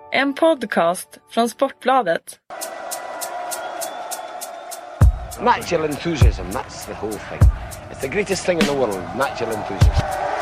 En podcast från Sportbladet. Natural enthusiasm, that's the whole thing. It's the greatest thing in the world, natural enthusiasm.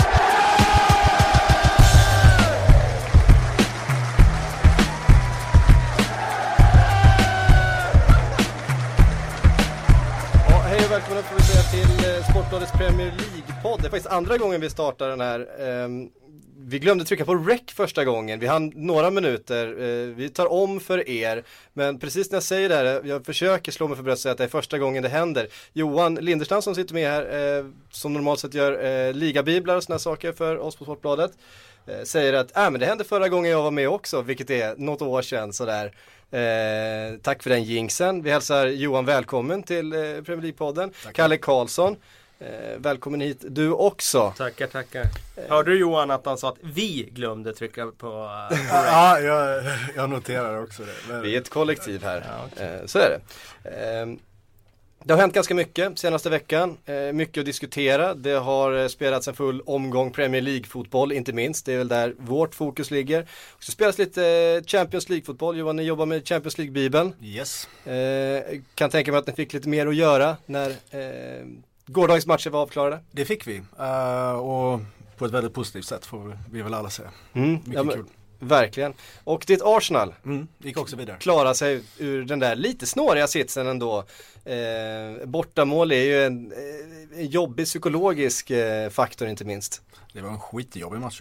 Hej och välkomna får vi säga till Sportbladets Premier League-podd. Det är faktiskt andra gången vi startar den här. Vi glömde trycka på rec första gången. Vi hann några minuter. Vi tar om för er. Men precis när jag säger det här, jag försöker slå mig för bröstet att det är första gången det händer. Johan Linderstam som sitter med här, som normalt sett gör ligabiblar och såna saker för oss på Sportbladet, säger att men det hände förra gången jag var med också, vilket är något år sedan sådär. Tack för den jinxen. Vi hälsar Johan välkommen till Premier League-podden. Kalle Karlsson, välkommen hit du också. Tackar. Hörde du Johan att han sa att vi glömde trycka på Ja, jag noterar också det. Men... Vi är ett kollektiv här. Ja, okay. Så är det. Det har hänt ganska mycket senaste veckan, mycket att diskutera. Det har spelats en full omgång Premier League-fotboll, inte minst. Det är väl där vårt fokus ligger. Och så spelas lite Champions League-fotboll. Johan, ni jobbar med Champions League-bibeln. Yes. Kan tänka mig att ni fick lite mer att göra när gårdagens matcher var avklarade. Det fick vi, och på ett väldigt positivt sätt får vi väl alla säga. Mycket kul. Verkligen. Och ditt Arsenal gick också vidare. Klara sig ur den där lite snåriga sitsen ändå. Bortamål är ju en jobbig psykologisk faktor inte minst. Det var en skitjobbig match.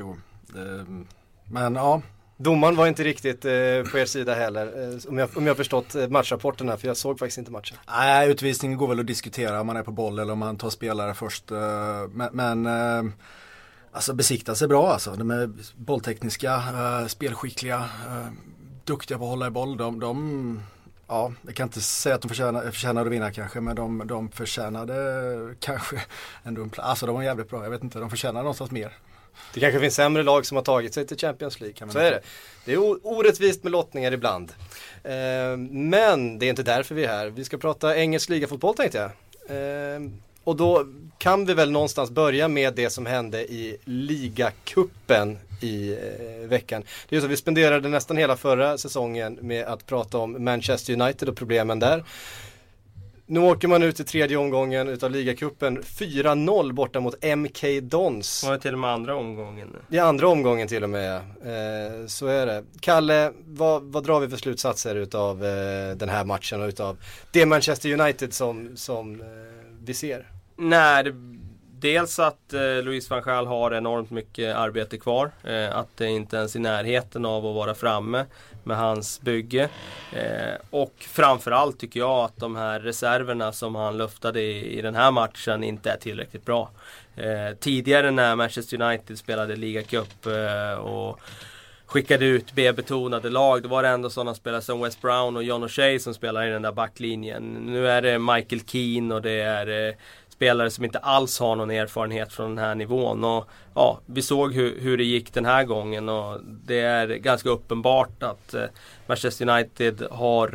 Men ja. Domaren var inte riktigt på er sida heller, om jag förstått matchrapporten här, för jag såg faktiskt inte matchen. Nej, utvisningen går väl att diskutera om man är på boll eller om man tar spelare först. Men alltså besiktas är bra alltså. De är bolltekniska, spelskickliga, duktiga på att hålla i boll. Ja, jag kan inte säga att de förtjänade att vinna kanske, men de förtjänade kanske ändå en plats. Alltså de var jävligt bra, jag vet inte, de förtjänar någonstans mer. Det kanske finns sämre lag som har tagit sig till Champions League, så är det. Det är orättvist med lottningar ibland. Men det är inte därför vi är här. Vi ska prata engelsk ligafotboll tänkte jag. Och då kan vi väl någonstans börja med det som hände i ligacupen i veckan. Det är så att vi spenderade nästan hela förra säsongen med att prata om Manchester United och problemen där. Nu åker man ut i tredje omgången utav ligacupen 4-0 borta mot MK Dons. Var det till och med andra omgången? Det är andra omgången till och med. Så är det. Kalle, vad drar vi för slutsatser utav den här matchen och utav det Manchester United som vi ser? Nej, dels att Louis van Gaal har enormt mycket arbete kvar. Att det inte ens är i närheten av att vara framme med hans bygge. Och framförallt tycker jag att de här reserverna som han luftade i den här matchen inte är tillräckligt bra. Tidigare när Manchester United spelade ligacup och skickade ut B-betonade lag, då var det ändå sådana spelare som West Brown och John O'Shea som spelar i den där backlinjen. Nu är det Michael Keane och det är spelare som inte alls har någon erfarenhet från den här nivån. Och ja, vi såg hur det gick den här gången, och det är ganska uppenbart att Manchester United har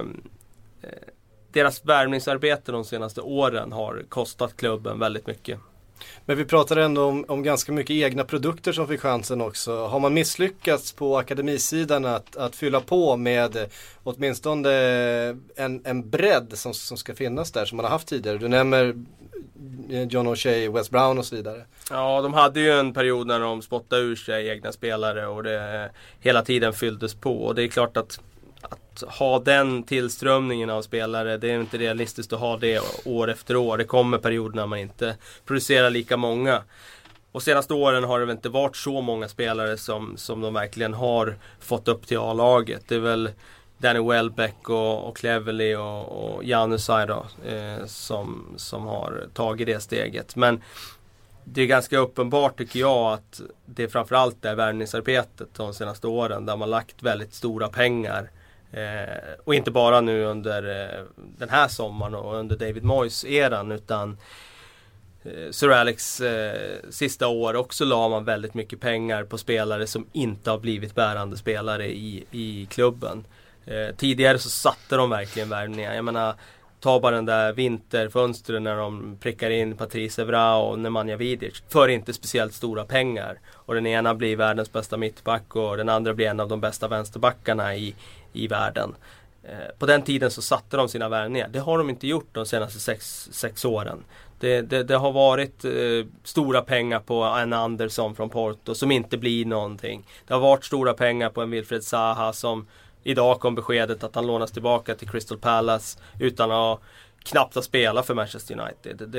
deras värvningsarbete de senaste åren har kostat klubben väldigt mycket. Men vi pratade ändå om ganska mycket egna produkter som fick chansen också. Har man misslyckats på akademisidan att fylla på med åtminstone en bredd som ska finnas där som man har haft tidigare? Du nämner John O'Shea, West Brown och så vidare. Ja, de hade ju en period när de spottade ur sig egna spelare och det hela tiden fylldes på. Och det är klart att ha den tillströmningen av spelare, det är inte realistiskt att ha det år efter år. Det kommer perioder när man inte producerar lika många. Och senaste åren har det väl inte varit så många spelare som de verkligen har fått upp till A-laget. Det är väl Danny Welbeck och Cleverley och Janusaj då, som har tagit det steget. Men det är ganska uppenbart tycker jag att det framförallt är värvningsarbetet de senaste åren där man lagt väldigt stora pengar. Och inte bara nu under den här sommaren och under David Moyes-eran, utan Sir Alex sista år också la man väldigt mycket pengar på spelare som inte har blivit bärande spelare i klubben. Tidigare så satte de verkligen värvningar. Jag menar, Ta bara den där vinterfönstren när de prickar in Patrice Evra och Nemanja Vidic för inte speciellt stora pengar. Och den ena blir världens bästa mittback och den andra blir en av de bästa vänsterbackarna i världen. På den tiden så satte de sina värvningar. Det har de inte gjort de senaste sex åren. Det har varit stora pengar på en Andersson från Porto som inte blir någonting. Det har varit stora pengar på en Wilfred Zaha som idag kom beskedet att han lånas tillbaka till Crystal Palace utan att knappt att spela för Manchester United.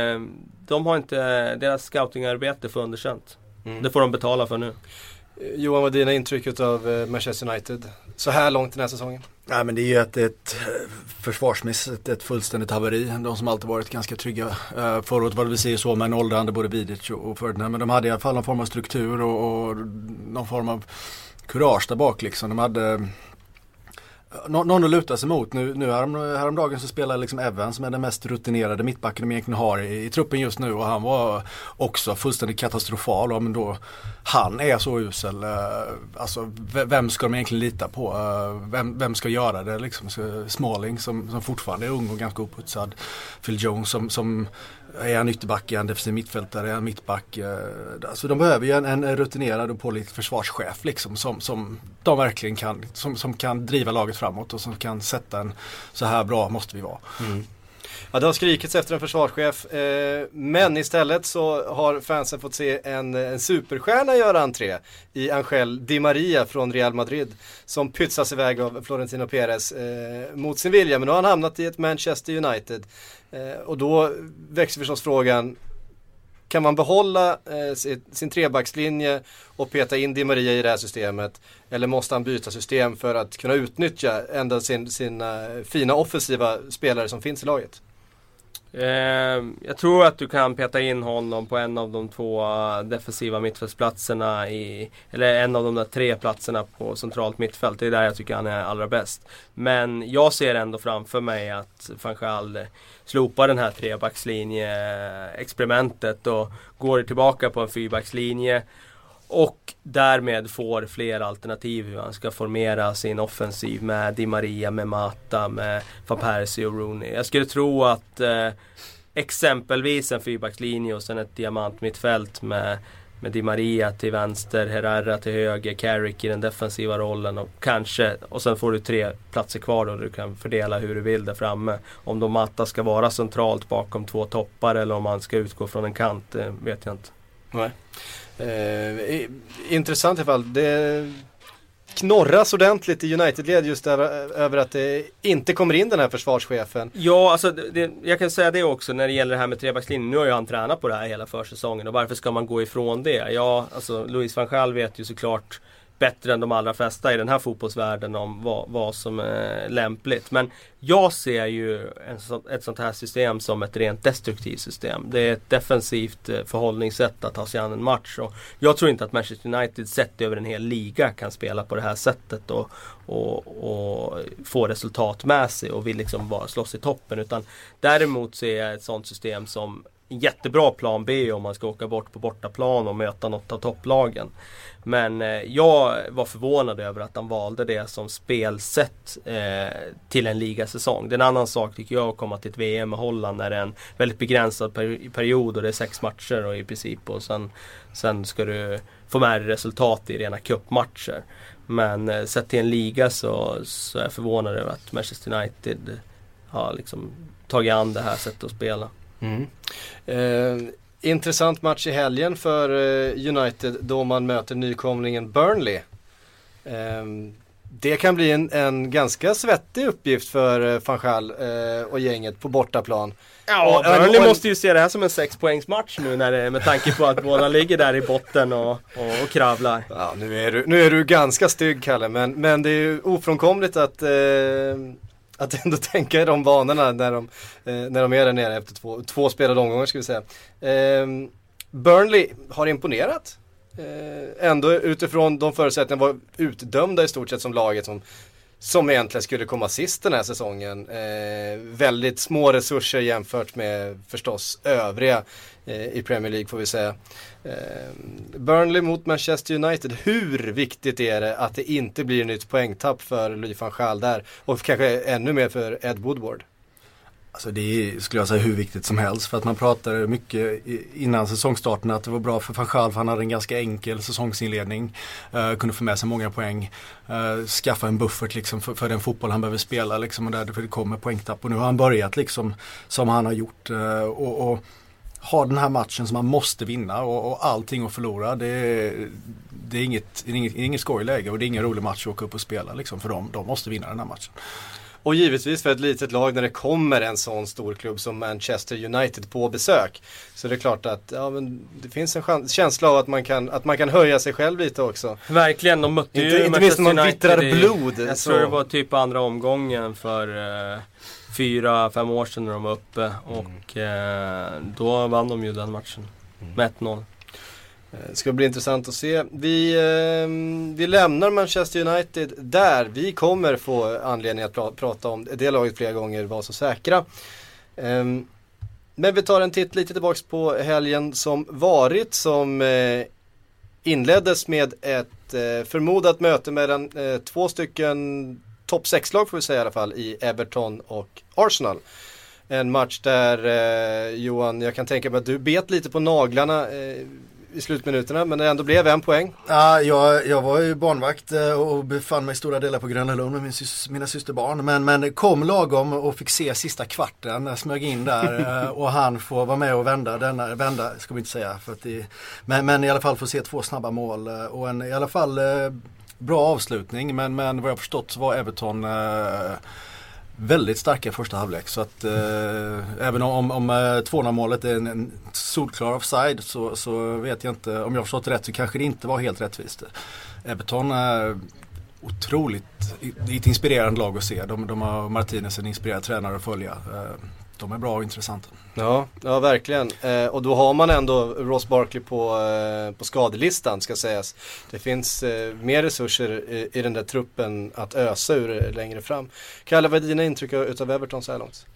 De har inte, deras scoutingarbete för underkänt. Det får de betala för nu. Johan, vad är dina intryck av Manchester United så här långt den här säsongen? Nej, men det är ju ett försvarsmässigt ett fullständigt haveri. De som alltid varit ganska trygga. Förut var det vi ser så med en åldrande både Vidic och Ferdinand. Men de hade i alla fall någon form av struktur och någon form av kurage där bak liksom. De hade någon att luta sig mot. Nu häromdagen så spelar liksom Evans som är den mest rutinerade mittbacken de egentligen har i truppen just nu. Och han var också fullständigt katastrofal. Och men då, han är så usel. Alltså, vem ska de egentligen lita på? Vem ska göra det? Liksom, Smalling som fortfarande är ung och ganska uppputsad. Phil Jones som är en ytterback, är en defensiv mittfältare, är en mittback. Alltså de behöver ju en rutinerad och pålitlig försvarschef liksom, som de verkligen kan, som kan driva laget framåt och som kan sätta en så här bra måste vi vara. Ja, det har skrikits efter en försvarschef, men istället så har fansen fått se en superstjärna göra entré i Angel Di Maria från Real Madrid som pytsas iväg av Florentino Perez mot sin vilja, men nu har han hamnat i ett Manchester United och då växer förstås frågan, kan man behålla sin trebackslinje och peta in Di Maria i det här systemet, eller måste han byta system för att kunna utnyttja ända sina fina offensiva spelare som finns i laget? Jag tror att du kan peta in honom på en av de två defensiva mittfältsplatserna eller en av de där 3 platserna på centralt mittfält. Det är där jag tycker han är allra bäst. Men jag ser ändå framför mig att Van Gaal slopar den här trebackslinje-experimentet och går tillbaka på en 4-backslinje och därmed får fler alternativ hur han ska formera sin offensiv med Di Maria, med Mata, med Van Persie och Rooney. Jag skulle tro att exempelvis en 4-backslinje och sen ett diamantmittfält med Di Maria till vänster, Herrera till höger, Carrick i den defensiva rollen och sen får du 3 platser kvar och du kan fördela hur du vill där framme. Om de Mata ska vara centralt bakom 2 toppar eller om man ska utgå från en kant, vet jag inte. Nej. Intressant i alla fall. Det knorras ordentligt i United-led just över att det inte kommer in den här försvarschefen. Ja, alltså jag kan säga det också när det gäller det här med trebackslinjen. Nu har ju han tränat på det här hela försäsongen och varför ska man gå ifrån det? Ja, alltså Louis van Gaal vet ju såklart bättre än de allra flesta i den här fotbollsvärlden om vad som är lämpligt. Men jag ser ju ett sånt här system som ett rent destruktivt system. Det är ett defensivt förhållningssätt att ta sig an en match. Och jag tror inte att Manchester United sett över en hel liga kan spela på det här sättet och få resultat med sig och vill liksom bara slåss i toppen. Utan däremot ser jag ett sånt system som en jättebra plan B om man ska åka bort på bortaplan och möta något av topplagen. Men jag var förvånad över att han valde det som spelsätt till en ligasäsong. Det är en annan sak tycker jag att komma till ett VM med Holland när det är en väldigt begränsad period och det är 6 matcher och i princip och sen ska du få med resultat i rena cupmatcher. Men sett till en liga så är jag förvånad över att Manchester United har liksom tagit an det här sättet att spela. Intressant match i helgen för United då man möter nykomlingen Burnley. Det kan bli en ganska svettig uppgift för Van Gaal och gänget på bortaplan. Ja, Burnley måste ju se det här som en 6-poängsmatch nu med tanke på att båda ligger där i botten och kravlar. Ja, nu är du ganska stygg, Kalle, men det är ju ofrånkomligt att ändå tänka i de banorna när de är där nere efter två spelade omgångar, ska vi säga. Burnley har imponerat. Ändå utifrån de förutsättningarna var utdömda i stort sett som laget som egentligen skulle komma sist den här säsongen. Väldigt små resurser jämfört med förstås övriga i Premier League, får vi säga. Burnley mot Manchester United. Hur viktigt är det att det inte blir nytt poängtapp för Louis van Gaal där? Och kanske ännu mer för Ed Woodward? Alltså det är, skulle jag säga, hur viktigt som helst, för att man pratade mycket innan säsongstarten att det var bra för van Gaal, för han hade en ganska enkel säsongsinledning, kunde få med sig många poäng, skaffa en buffert liksom för den fotboll han behöver spela liksom, och därför det kommer poängtapp, och nu har han börjat liksom som han har gjort och ha den här matchen som man måste vinna och allting att förlora, det är inget skojläge, och det är ingen rolig match att åka upp och spela liksom, för de måste vinna den här matchen. Och givetvis för ett litet lag när det kommer en sån stor klubb som Manchester United på besök. Så det är klart att men det finns en känsla av att man kan höja sig själv lite också. Verkligen, de mötte ju inte minst när man vittrar blod. Jag tror det var typ andra omgången för 4-5 år sedan när de var uppe. Och då vann de ju den matchen med 1-0. Det ska bli intressant att se. Vi lämnar Manchester United där. Vi kommer få anledning att prata om det laget flera gånger, var så säkra. Men vi tar en titt lite tillbaks på helgen som varit, som inleddes med ett förmodat möte mellan 2 stycken topp 6-lag, får vi säga i alla fall, i Everton och Arsenal. En match där Johan, jag kan tänka mig att du bet lite på naglarna i slutminuterna, men det ändå blev 1 poäng. Ja, jag var ju barnvakt och befann mig i stora delar på Gröna Lund med mina systerbarn, men kom lagom och fick se sista kvarten, smög in där och han får vara med och vända ska vi inte säga, för att men i alla fall få se 2 snabba mål och en i alla fall bra avslutning, men vad jag förstått så var Everton väldigt starka i första halvlek, så att även om 2-0-målet är en solklar offside, så vet jag inte, om jag har förstått rätt så kanske det inte var helt rättvist. Everton är otroligt, det är ett inspirerande lag att se. De har Martinez, en inspirerad tränare att följa. De är bra och intressanta. Ja, verkligen. Och då har man ändå Ross Barkley på skadelistan, ska sägas. Det finns mer resurser i den där truppen att ösa ur längre fram. Kalle, vad är dina intryck utav Everton så här långt?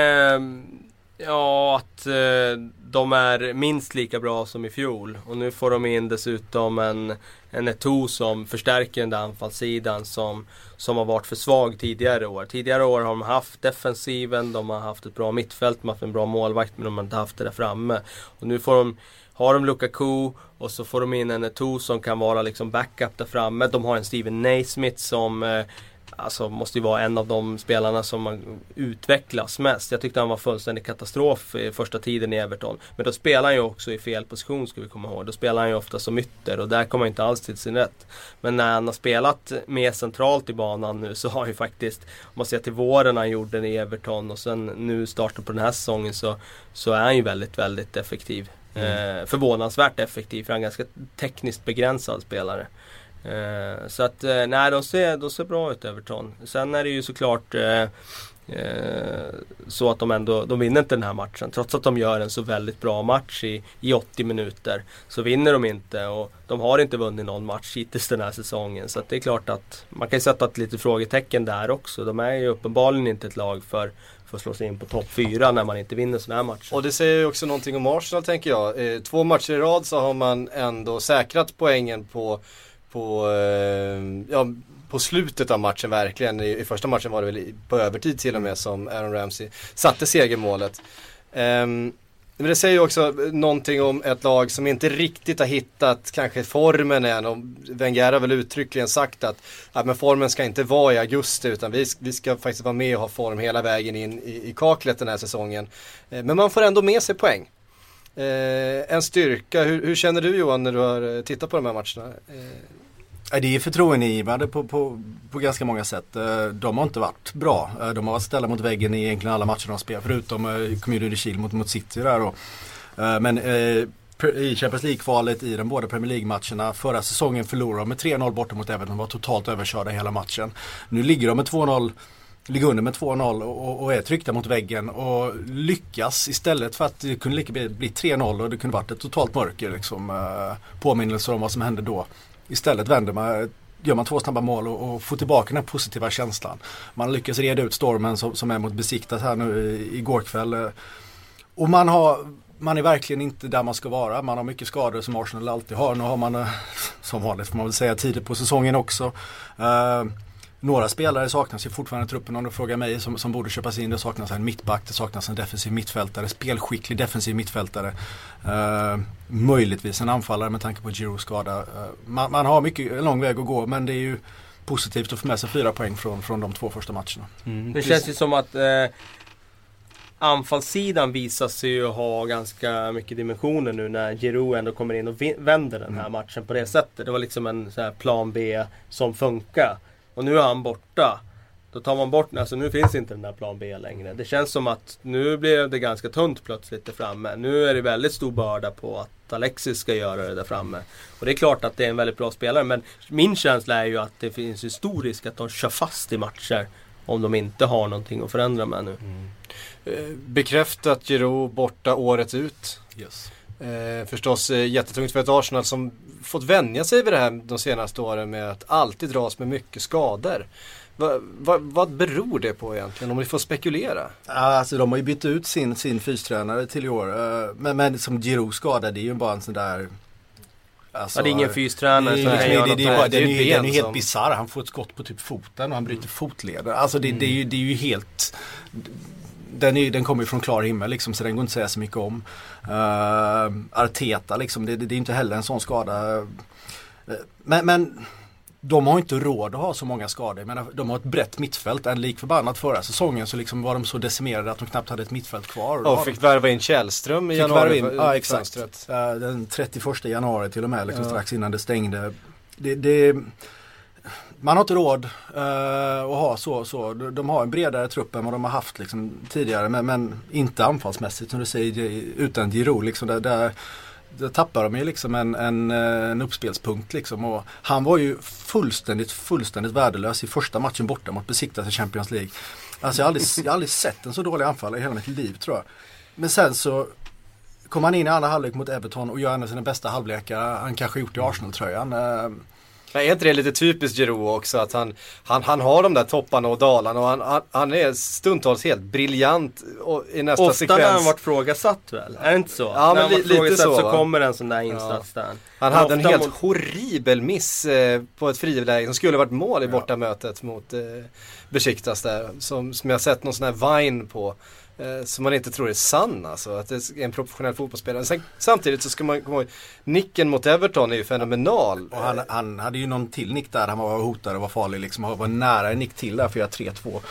Ja, att de är minst lika bra som i fjol. Och nu får de in dessutom en Eto'o som förstärker den där anfallssidan som har varit för svag tidigare år. Tidigare år har de haft defensiven, de har haft ett bra mittfält, de har haft en bra målvakt, men de har inte haft det där framme. Och nu har de Lukaku, och så får de in en Eto'o som kan vara liksom backup där framme. De har en Steven Naismith som alltså måste ju vara en av de spelarna som man utvecklas mest. Jag tyckte han var fullständig katastrof i första tiden i Everton. Men då spelar han ju också i fel position, ska vi komma ihåg. Då spelar han ju ofta som ytter, och där kommer han inte alls till sin rätt. Men när han har spelat mer centralt i banan nu, så har ju faktiskt, om man ser till våren han gjorde det i Everton och sen nu starten på den här säsongen, så är han ju väldigt, väldigt effektiv. Förvånansvärt effektiv, för han är en ganska tekniskt begränsad spelare. Så att nej, de ser bra ut, Everton. Sen är det ju såklart så att de vinner inte den här matchen. Trots att de gör en så väldigt bra match i 80 minuter, så vinner de inte, och de har inte vunnit någon match hittills den här säsongen. Så att det är klart att man kan sätta ett litet frågetecken där också. De är ju uppenbarligen inte ett lag för att slå sig in på topp 4 när man inte vinner sådana här matcher. Och det säger ju också någonting om Arsenal, tänker jag. 2 matcher i rad så har man ändå säkrat poängen på slutet av matchen, verkligen. I första matchen var det väl på övertid till och med som Aaron Ramsey satte segermålet. Men det säger ju också någonting om ett lag som inte riktigt har hittat kanske formen än. Och Wenger har väl uttryckligen sagt att men formen ska inte vara i augusti, utan vi ska faktiskt vara med och ha form hela vägen in i kaklet den här säsongen. Men man får ändå med sig poäng. En styrka. Hur känner du, Johan, när du har tittat på de här matcherna? Det är förtroendeingivande på ganska många sätt. De har inte varit bra. De har varit ställda mot väggen i egentligen alla matcher de spelar, förutom Community Shield mot City där då. Men i Champions League-kvalet i de båda Premier League-matcherna förra säsongen förlorade de med 3-0 borta mot Everton. De var totalt överkörda hela matchen. Nu ligger de med 2-0, ligger under med 2-0 och är tryckta mot väggen och lyckas, istället för att det kunde lika bli 3-0 och det kunde varit ett totalt mörker liksom, påminnelser om vad som hände då. Istället gör man 2 snabba mål och får tillbaka den här positiva känslan. Man lyckas reda ut stormen som är mot Besiktas här nu igår kväll. Och man är verkligen inte där man ska vara. Man har mycket skador som Arsenal alltid har. Nu har man, som vanligt får man väl säga, tidigt på säsongen också. några spelare saknas ju fortfarande i truppen om du frågar mig som borde köpas in. Det saknas en mittback, det saknas en defensiv mittfältare, spelskicklig defensiv mittfältare. Möjligtvis en anfallare med tanke på Giroux skada. Man har en lång väg att gå, men det är ju positivt att få med sig 4 poäng från de 2 första matcherna. Det känns ju som att anfallssidan visar sig ju ha ganska mycket dimensioner nu när Giroux ändå kommer in och vänder den här matchen på det sättet. Det var liksom en så här plan B som funkar. Och nu är han borta. Då tar man bort, alltså nu finns inte den där plan B längre. Det känns som att nu blir det ganska tunt plötsligt där framme. Nu är det väldigt stor börda på att Alexis ska göra det där framme. Och det är klart att det är en väldigt bra spelare. Men min känsla är ju att det finns en stor risk att de kör fast i matcher om de inte har någonting att förändra med nu. Bekräftat Giroux borta året ut. Yes. Förstås jättetungt för ett Arsenal som fått vänja sig vid det här de senaste åren med att alltid dras med mycket skador. Vad beror det på egentligen om vi får spekulera? Alltså de har ju bytt ut sin fystränare till i år. Men som Giroux skada, det är ju bara en sån där... Alltså, det är ingen fystränare. Den är ju helt bizarr. Han får ett skott på typ foten och han bryter fotleder. Alltså det är ju helt... Den kommer ju från klar himmel liksom, så den går inte att säga så mycket om. Arteta liksom, det är inte heller en sån skada. Men de har inte råd att ha så många skador. Men de har ett brett mittfält. En lik förbannat förra säsongen så liksom var de så decimerade att de knappt hade ett mittfält kvar. Och fick värva in Källström i januari. Ja, exakt. Den 31 januari till och med, liksom, strax innan det stängde. Man har inte råd att ha så. De har en bredare trupp än vad de har haft liksom, tidigare. Men inte anfallsmässigt som du säger, utan Giroux. Liksom, där tappar de ju liksom en uppspelspunkt. Liksom. Och han var ju fullständigt värdelös i första matchen borta mot Besiktas i Champions League. Alltså jag har aldrig sett en så dålig anfallare i hela mitt liv, tror jag. Men sen så kom han in i andra halvlek mot Everton och gör en av sina bästa halvlekar han kanske gjort i Arsenal-tröjan. Men är inte det lite typiskt Giroux också att han har de där topparna och dalarna och han är stundtals helt briljant och i nästa ofta sekvens. Ofta när han varit frågasatt väl? Är det inte så? Ja, när men lite så kommer en sån där insats där. Han hade en helt horribel miss på ett friläge som skulle varit mål i bortamötet mot Besiktas där. Som jag sett någon sån här Vine på. Som man inte tror är sann, alltså, att det är en professionell fotbollsspelare. Samtidigt så ska man komma ihåg, nicken mot Everton är ju fenomenal. Och han hade ju någon till nick där, han var hotad och var farlig liksom, och var nära en nick till där för att göra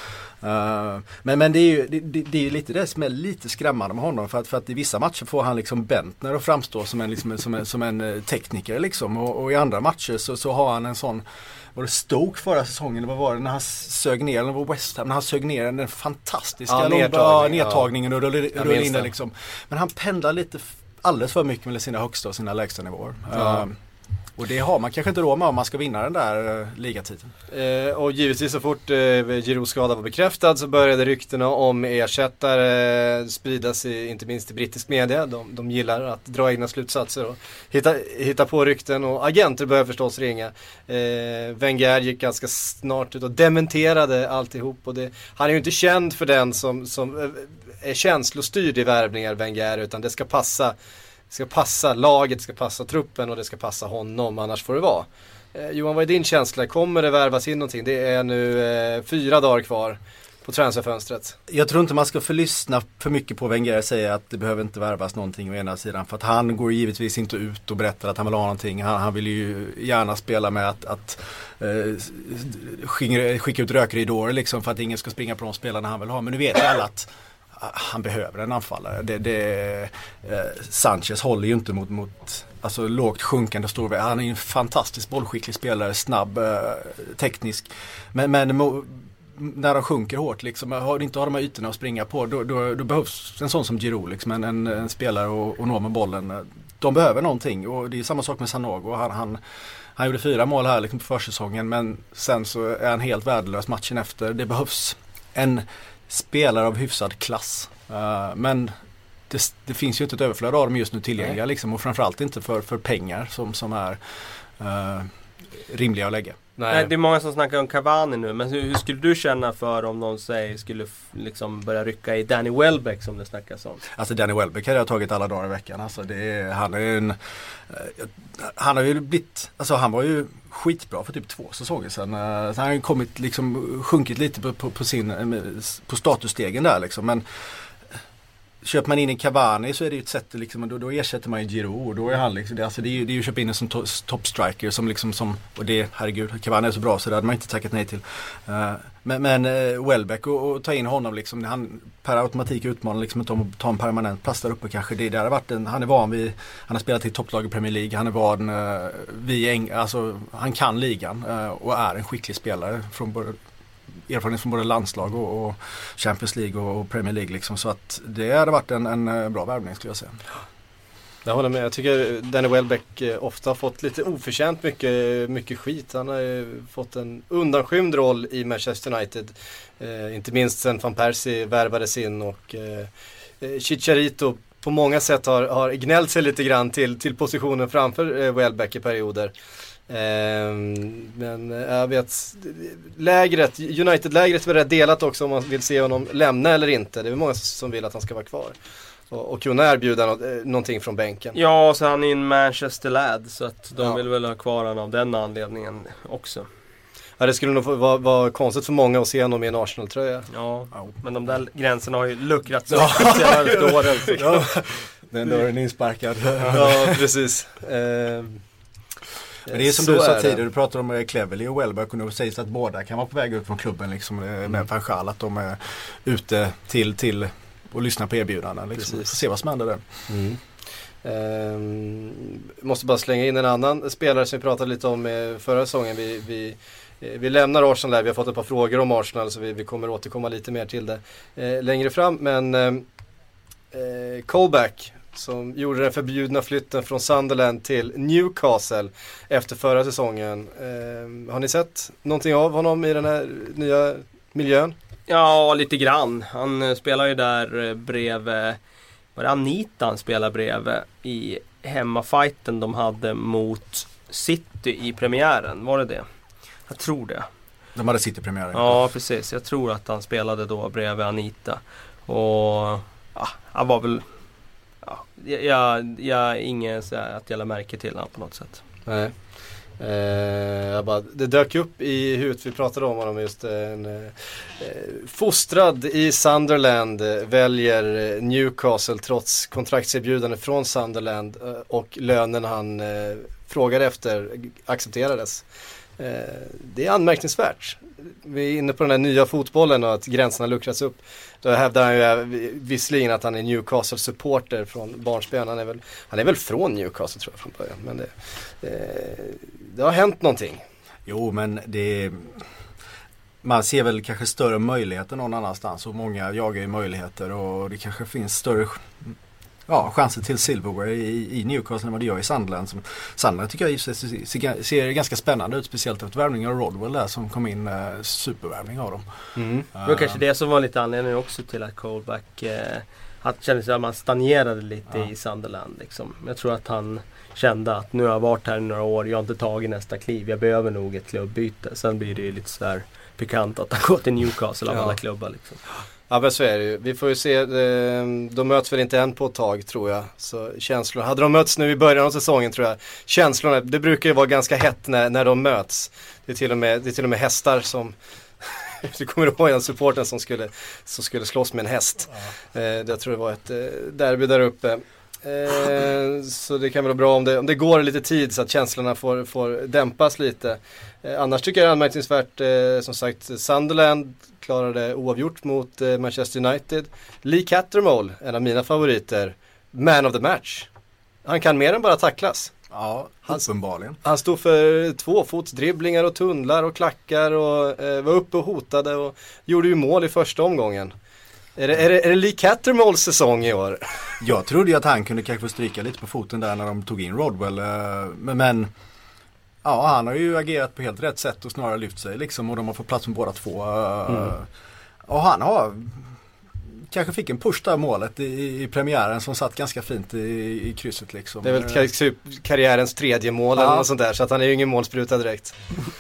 3-2. Men det är ju lite det som är lite skrämmande med honom, för att i vissa matcher får han liksom Bentner och framstå som en tekniker liksom, och i andra matcher så har han en sån. Var det Stoke förra säsongen, vad var det när han sög ner, eller var West Ham när han sög ner den fantastiska nedtagningen och rullade in det liksom. Men han pendlar lite alldeles för mycket med sina högsta och sina lägsta nivåer. Och det har man kanske inte råd med om man ska vinna den där ligatiteln. Och givetvis så fort Giroux skada var bekräftad så började ryktena om ersättare spridas inte minst i brittisk media. De gillar att dra egna slutsatser och hitta på rykten, och agenter börjar förstås ringa. Wenger gick ganska snart ut och dementerade alltihop, och han är ju inte känd för den som är känslostyrd i värvningar, Wenger, utan det ska passa laget, ska passa truppen och det ska passa honom, annars får det vara. Johan, vad är din känsla? Kommer det värvas in någonting? Det är nu 4 dagar kvar på transferfönstret. Jag tror inte man ska förlyssna för mycket på Wenger och säga att det behöver inte värvas någonting å ena sidan, för att han går givetvis inte ut och berättar att han vill ha någonting. Han vill ju gärna spela med att skicka ut rökridåer liksom, för att ingen ska springa på de spelarna han vill ha. Men nu vet alla att han behöver en anfallare. Sanchez håller ju inte mot alltså lågt sjunkande storväg. Han är ju en fantastisk bollskicklig spelare, snabb, teknisk. Men när de sjunker hårt liksom, inte har de här ytorna att springa på, då behövs en sån som Giroux liksom, en spelare och nå med bollen. De behöver någonting, och det är samma sak med Sanogo. Han gjorde 4 mål här liksom på försäsongen, men sen så är han helt värdelös matchen efter. Det behövs en spelare av hyfsad klass. Men det finns ju inte ett överflöd av dem just nu tillgängliga liksom, och framförallt inte för pengar som är rimliga att lägga. Nej, det är många som snackar om Cavani nu, men hur skulle du känna för om någon skulle liksom börja rycka i Danny Welbeck som det snackas om? Alltså Danny Welbeck hade jag tagit alla dagar i veckan. Alltså han har ju blivit, alltså han var ju skitbra för typ 2 säsonger sedan. Så han har ju kommit liksom, sjunkit lite på statusstegen där liksom. Men köper man in en Cavani så är det ju ett sätt liksom, då ersätter man ju Giroud och då är han liksom, det är ju att köpa in en som toppstriker som liksom och det, herregud, Cavani är så bra så det hade man inte tackat nej till. Men Welbeck och ta in honom liksom, han per automatik utmanar liksom inte om att ta en permanent plats där uppe kanske. Det har varit han är van vid, han har spelat i topplag i Premier League, han är van alltså han kan ligan och är en skicklig spelare från erfarenhet från både landslag och Champions League och Premier League liksom, så att det hade varit en bra värvning skulle jag säga. Jag håller med. Jag tycker Danny Welbeck ofta har fått lite oförtjänt mycket skit. Han har fått en undanskymd roll i Manchester United. Inte minst sen Van Persie värvades in och Chicharito på många sätt har gnällt sig lite grann till positionen framför Welbeck i perioder. Men jag vet United-lägret är rätt delat också om man vill se honom lämna eller inte. Det är många som vill att han ska vara kvar och kunna erbjuda någonting från bänken. Ja, så han är en Manchester lad så att de vill väl ha kvar honom av den anledningen också. Ja, det skulle nog vara konstigt för många att se honom i en Arsenal-tröja. Ja, men de där gränserna har ju luckrats upp senaste åren. Den dörren är insparkad. Ja, precis. Men det är som du sa tidigare, du pratar om Cleverley och Welbeck och nu sägs att båda kan vara på väg ut från klubben liksom, med Van Gaal, att de är ute till och lyssnar på erbjudanden liksom. Får se vad som händer där. Måste bara slänga in en annan spelare som vi pratade lite om förra säsongen. Vi lämnar Arsenal där, vi har fått ett par frågor om Arsenal så vi kommer återkomma lite mer till det längre fram, men Colback som gjorde den förbjudna flytten från Sunderland till Newcastle efter förra säsongen. Har ni sett någonting av honom i den här nya miljön? Ja, lite grann. Han spelar ju där bredvid, var det Anita han spelar bredvid i hemmafighten de hade mot City i premiären, var det? Jag tror det. De hade City-premiären. Ja, precis. Jag tror att han spelade då bredvid Anita. Och han var väl... Jag är ingen så att jag lade märke till honom på något sätt. Nej. Det dök upp i huvudet, vi pratade om honom just fostrad i Sunderland väljer Newcastle trots kontraktserbjudande från Sunderland och lönen han frågade efter accepterades. Det är anmärkningsvärt. Vi är inne på den här nya fotbollen och att gränserna luckras upp. Då hävdar han ju visserligen att han är Newcastle-supporter från barnsben. Han är väl från Newcastle tror jag från början. Men det har hänt någonting. Jo, men man ser väl kanske större möjligheter någon annanstans och många jagar ju möjligheter och det kanske finns större chanser till silverware i Newcastle än vad det gör i Sunderland. Sunderland tycker jag ser ganska spännande ut, speciellt efter värvningen av Rodwell där som kom in, supervärvning av dem. Det var kanske det som var lite anledning också till att Colback kände sig att man stagnerade lite i Sunderland liksom. Jag tror att han kände att nu har jag varit här i några år, jag har inte tagit nästa kliv, jag behöver nog ett klubbbyte. Sen blir det ju lite sådär pikant att han går till Newcastle av alla klubbar liksom. Ja, men så är det ju. Vi får ju se, de möts väl inte än på ett tag tror jag. Så känslor, hade de möts nu i början av säsongen tror jag, känslorna, det brukar ju vara ganska hett när de möts. Det är till och med hästar som du kommer ihåg en supporten som skulle slåss med en häst. Jag tror det var ett derby där uppe. Så det kan vara bra om det går lite tid så att känslorna får dämpas lite. Annars tycker jag det är anmärkningsvärt, som sagt, Sunderland klarade oavgjort mot Manchester United. Lee Cattermole, en av mina favoriter, man of the match. Han kan mer än bara tacklas. Ja, uppenbarligen. Han stod för 2-fotsdribblingar och tunnlar och klackar och var uppe och hotade och gjorde ju mål i första omgången. Är det Lee Cattermoles säsong i år? Jag trodde ju att han kunde kanske få stryka lite på foten där när de tog in Rodwell. Men han har ju agerat på helt rätt sätt och snarare lyft sig liksom, och de har fått plats med båda två. Och han har kanske fick en push där målet i premiären som satt ganska fint i krysset liksom. Det är väl karriärens tredje mål eller något sånt där, så att han är ju ingen målspruta direkt.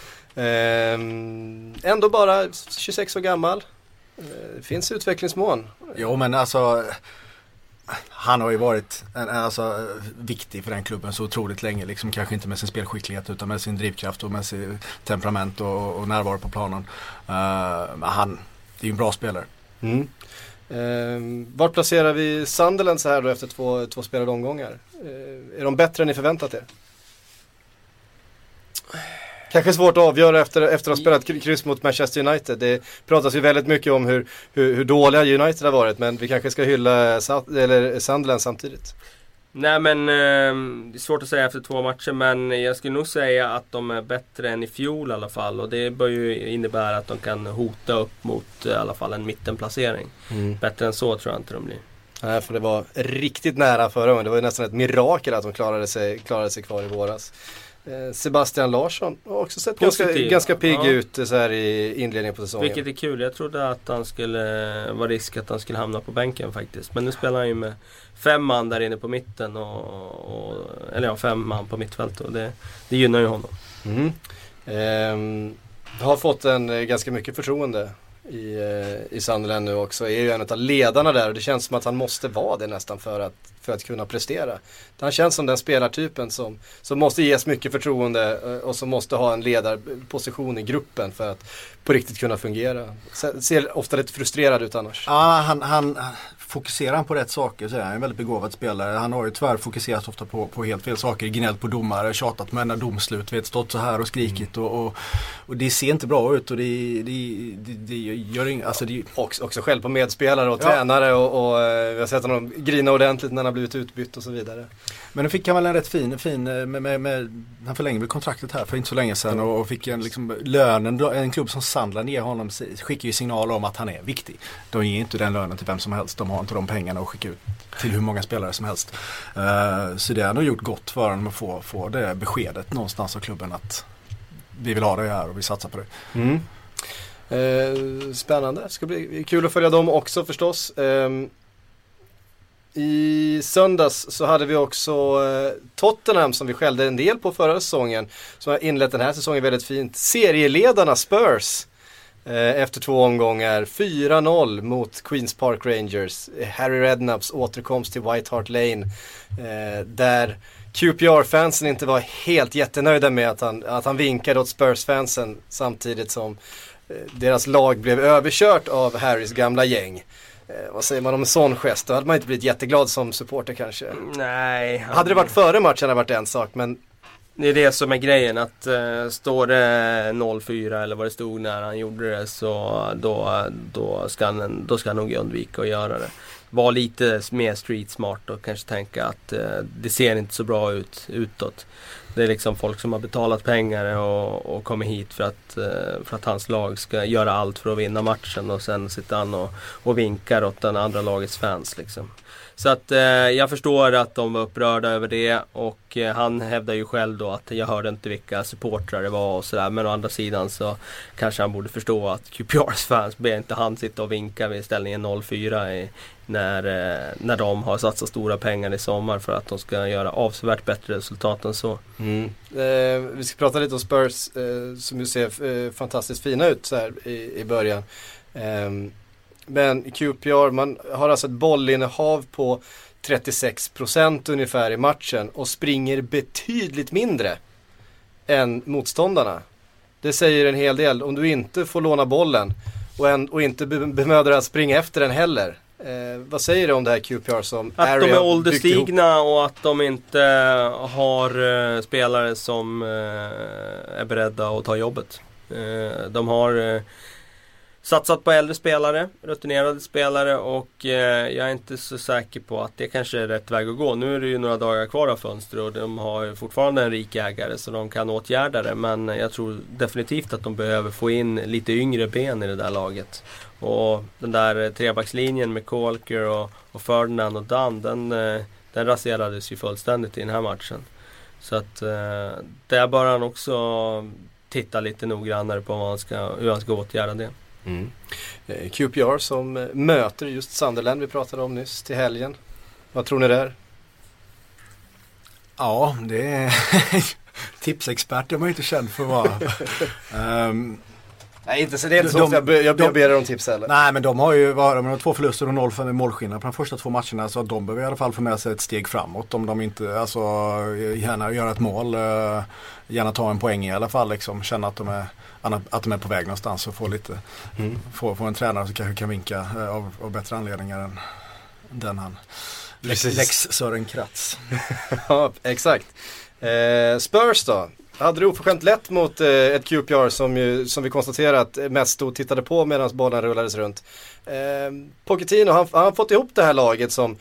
Ändå bara 26 år gammal. Det finns utvecklingsmål. Jo, men alltså han har ju varit viktig för den klubben så otroligt länge. Liksom, kanske inte med sin spelskicklighet utan med sin drivkraft och med sin temperament och närvaro på planen. Han är ju en bra spelare. Vart placerar vi Sunderland så här då efter två spelade omgångar? Är de bättre än ni förväntat er? Kanske svårt att avgöra efter att ha spelat kryss mot Manchester United. Det pratas ju väldigt mycket om hur dåliga United har varit, men vi kanske ska hylla Sunderland samtidigt. Nej, men det är svårt att säga efter 2 matcher, men jag skulle nog säga att de är bättre än i fjol i alla fall, och det bör ju innebära att de kan hota upp mot i alla fall en mittenplacering. Bättre än så tror jag inte de blir. Nej, för det var riktigt nära förra gången. Det var ju nästan ett mirakel att de klarade sig kvar i våras. Sebastian Larsson har också sett ganska pigg ut så här i inledningen på säsongen. Vilket är kul. Jag trodde att han skulle vara risk att han skulle hamna på bänken faktiskt. Men nu spelar han ju med 5 man där inne på mitten eller 5 man på mittfält, och det gynnar ju honom. Har fått en ganska mycket förtroende i Sunderland nu också. Är ju en av ledarna där, och det känns som att han måste vara det nästan för att kunna prestera. Han känns som den spelartypen som måste ges mycket förtroende och som måste ha en ledarposition i gruppen för att på riktigt kunna fungera. Ser ofta lite frustrerad ut annars. Ja, han fokuserar han på rätt saker så är han en väldigt begåvad spelare. Han har ju tyvärr fokuserat ofta på helt fel saker, gnällt på domare, tjatat med en domslut, stått så här och skrikit och det ser inte bra ut, och det gör inget, alltså det också själv på medspelare och tränare och vi har sett honom grina ordentligt när han har blivit utbytt och så vidare. Men nu fick han väl en rätt fin han förlängde väl kontraktet här för inte så länge sedan och fick en lönen, en klubb som Sunderland ger honom, skickar ju signaler om att han är viktig. De ger inte den lönen till vem som helst, de har inte de pengarna att skicka ut till hur många spelare som helst. Så det har nog gjort gott för honom att få det beskedet någonstans av klubben att vi vill ha det här och vi satsar på det. Spännande, det ska bli kul att följa dem också förstås. I söndags så hade vi också Tottenham som vi skällde en del på förra säsongen, som har inlett den här säsongen väldigt fint. Serieledarna Spurs efter 2 omgångar 4-0 mot Queens Park Rangers. Harry Redknapps återkomst till White Hart Lane, där QPR-fansen inte var helt jättenöjda med att han vinkade åt Spurs-fansen samtidigt som deras lag blev överkört av Harrys gamla gäng. Vad säger man om en sån gest? Då hade man inte blivit jätteglad som supporter kanske. Nej. Hade det varit före matchen hade det varit en sak, men det är det som är grejen, att står det 0-4 eller vad det stod när han gjorde det, så då ska han nog undvika att göra det. Var lite mer street smart och kanske tänka att det ser inte så bra ut utåt. Det är liksom folk som har betalat pengar och kommer hit för att hans lag ska göra allt för att vinna matchen, och sen sitter han och vinkar åt den andra lagets fans liksom. Så att jag förstår att de var upprörda över det, och han hävdar ju själv då att jag hörde inte vilka supportrar det var och sådär, men å andra sidan så kanske han borde förstå att QPRs fans ber inte han sitta och vinka vid ställningen 0-4 när de har satsat stora pengar i sommar för att de ska göra avsevärt bättre resultat än så. Vi ska prata lite om Spurs som ju ser fantastiskt fina ut så här i början. Men QPR, man har alltså ett bollinnehav på 36% ungefär i matchen och springer betydligt mindre än motståndarna. Det säger en hel del. Om du inte får låna bollen och inte bemödar att springa efter den heller. Vad säger du om det här QPR som att de är ålderstigna och att de inte har spelare som är beredda att ta jobbet. De har satsat på äldre spelare, rutinerade spelare, och jag är inte så säker på att det kanske är rätt väg att gå. Nu är det ju några dagar kvar av fönster och de har fortfarande en rik ägare så de kan åtgärda det, men jag tror definitivt att de behöver få in lite yngre ben i det där laget. Och den där trebackslinjen med Colker och Ferdinand och Dunn, den raserades ju fullständigt i den här matchen. Så att där bör han också titta lite noggrannare på hur han ska åtgärda det. QPR som möter just Sunderland vi pratade om nyss till helgen. Vad tror ni där? Ja, det är tipsexpert är man inte känd för att vara. Nej, inte så det är inte så ofta jag ber er om tips heller. Nej, men de har ju de har 2 förluster och 0 målskillnad på de första 2 matcherna, så att de behöver i alla fall få med sig ett steg framåt om de inte, gärna göra ett mål, gärna ta en poäng i alla fall, liksom, känna att de är på väg någonstans och få lite få en tränare som kanske kan vinka av bättre anledningar än den han Lex Sören Kratz. Ja, exakt. Spurs då? Hade det oförskämt lätt mot ett QPR som vi konstaterat mest stod och tittade på medan bollen rullades runt. Pochettino, han har fått ihop det här laget som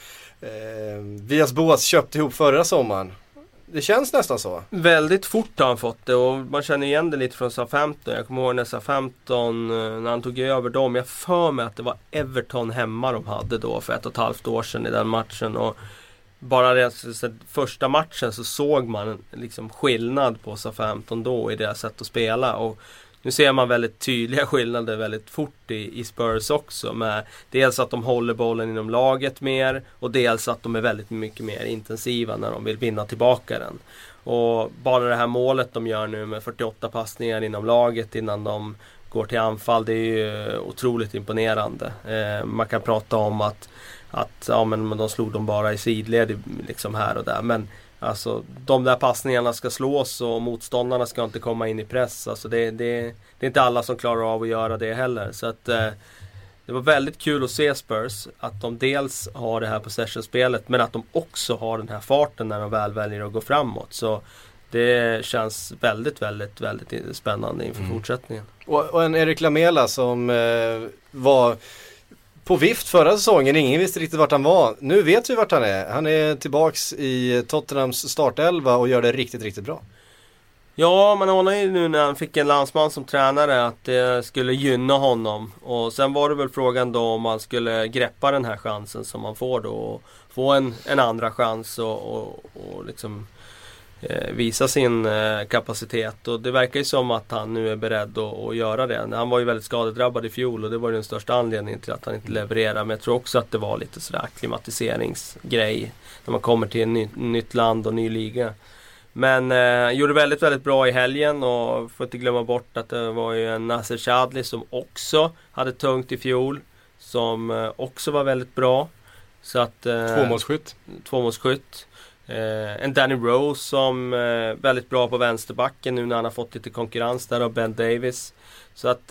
Villas Boas köpte ihop förra sommaren. Det känns nästan så. Väldigt fort har han fått det, och man känner igen det lite från Southampton. Jag kommer ihåg när Southampton, när han tog över dem, jag för mig att det var Everton hemma de hade då för 1,5 år sedan i den matchen, och bara första matchen så såg man liksom skillnad på Southampton då i deras sätt att spela, och nu ser man väldigt tydliga skillnader väldigt fort i Spurs också, med dels att de håller bollen inom laget mer, och dels att de är väldigt mycket mer intensiva när de vill vinna tillbaka den. Och bara det här målet de gör nu med 48 passningar inom laget innan de går till anfall, det är ju otroligt imponerande. Man kan prata om att men de slog dem bara i sidled liksom här och där, men alltså de där passningarna ska slås och motståndarna ska inte komma in i press. Alltså det är inte alla som klarar av att göra det heller. Så att det var väldigt kul att se Spurs, att de dels har det här possession-spelet, men att de också har den här farten när de väl väljer att gå framåt. Så det känns väldigt, väldigt, väldigt spännande inför fortsättningen. Och en Erik Lamela som var på vift förra säsongen, ingen visste riktigt vart han var. Nu vet vi vart han är. Han är tillbaks i Tottenhams startelva och gör det riktigt, riktigt bra. Ja, man anar ju nu när han fick en landsman som tränare att det skulle gynna honom. Och sen var det väl frågan då om man skulle greppa den här chansen som man får då. Och få en andra chans och liksom visa sin kapacitet. Och det verkar ju som att han nu är beredd att göra det. Han var ju väldigt skadedrabbad i fjol, och det var den största anledningen till att han inte levererar. Men jag tror också att det var lite sådär akklimatiseringsgrej när man kommer till ett nytt land och ny liga. Men gjorde väldigt, väldigt bra i helgen, och får inte glömma bort att det var ju en Nasser Chadli som också hade tungt i fjol, som också var väldigt bra. Så att tvåmålsskytt. En Danny Rose som väldigt bra på vänsterbacken nu när han har fått lite konkurrens där av Ben Davis. Så att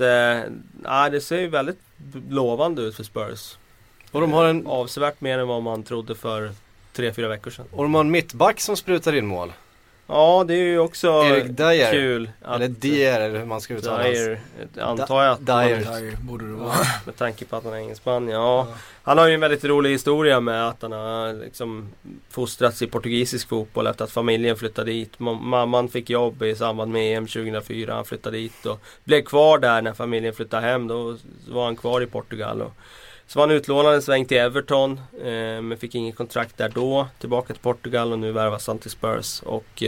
det ser ju väldigt lovande ut för Spurs. Och de har avsevärt mer än vad man trodde för 3-4 veckor sedan. Och de har en mittback som sprutar in mål. Ja, det är ju också Erik Dyer. Kul. Eller Dyer, eller hur man ska uttala Dyer, antar jag att Dyer borde det vara. med tanke på att han är engelsman. Ja. Han har ju en väldigt rolig historia med att han har liksom fostrats i portugisisk fotboll efter att familjen flyttade dit. Mamman fick jobb i samband med EM 2004. Han flyttade dit och blev kvar där när familjen flyttade hem. Då var han kvar i Portugal. Och så var han utlånad en sväng till Everton, men fick ingen kontrakt där då. Tillbaka till Portugal och nu värvas han till Spurs. Och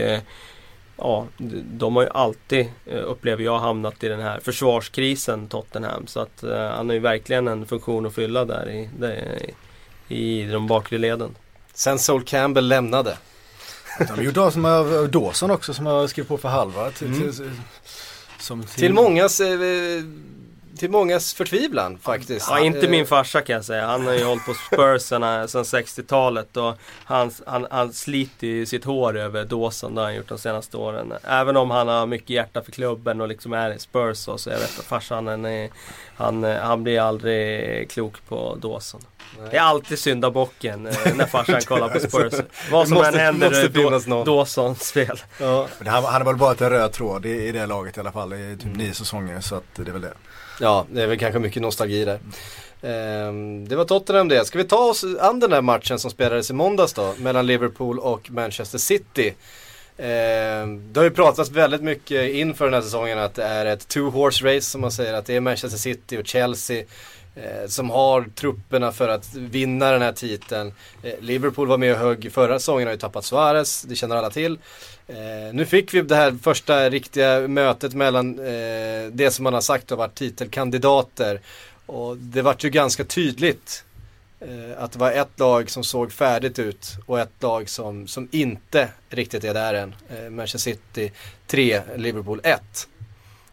de har ju alltid, upplever jag, hamnat i den här försvarskrisen Tottenham. Så att han har ju verkligen en funktion att fylla där i de bakre leden. Sen Sol Campbell lämnade. De har gjort som Dawson också, som har skrivit på för halva. Till mångas förtvivlan faktiskt. Ja, inte min farsa kan jag säga. Han har ju hållit på Spurs sedan 60-talet, och han sliter ju sitt hår över Dawson, det har han gjort de senaste åren. Även om han har mycket hjärta för klubben och liksom är i Spurs, så jag vet att farsan han blir aldrig klok på Dawson. Nej. Det är alltid syndabocken när farsan kollar på Spurs. Vad som än händer Dawsons spel. Ja. Han har väl bara ett röd tråd i det laget i alla fall i typ 9 säsonger, så att det är väl det. Ja, det är väl kanske mycket nostalgi där. Det var Tottenham det. Ska vi ta oss an den där matchen som spelades i måndags då, mellan Liverpool och Manchester City? Det har ju pratats väldigt mycket inför den här säsongen att det är ett two-horse race, som man säger, att det är Manchester City och Chelsea som har trupperna för att vinna den här titeln. Liverpool var med och högg förra säsongen, har ju tappat Suarez, det känner alla till. Nu fick vi det här första riktiga mötet mellan det som man har sagt har varit titelkandidater, och det var ju ganska tydligt att det var ett lag som såg färdigt ut och ett lag som inte riktigt är där än. Manchester City 3, Liverpool 1.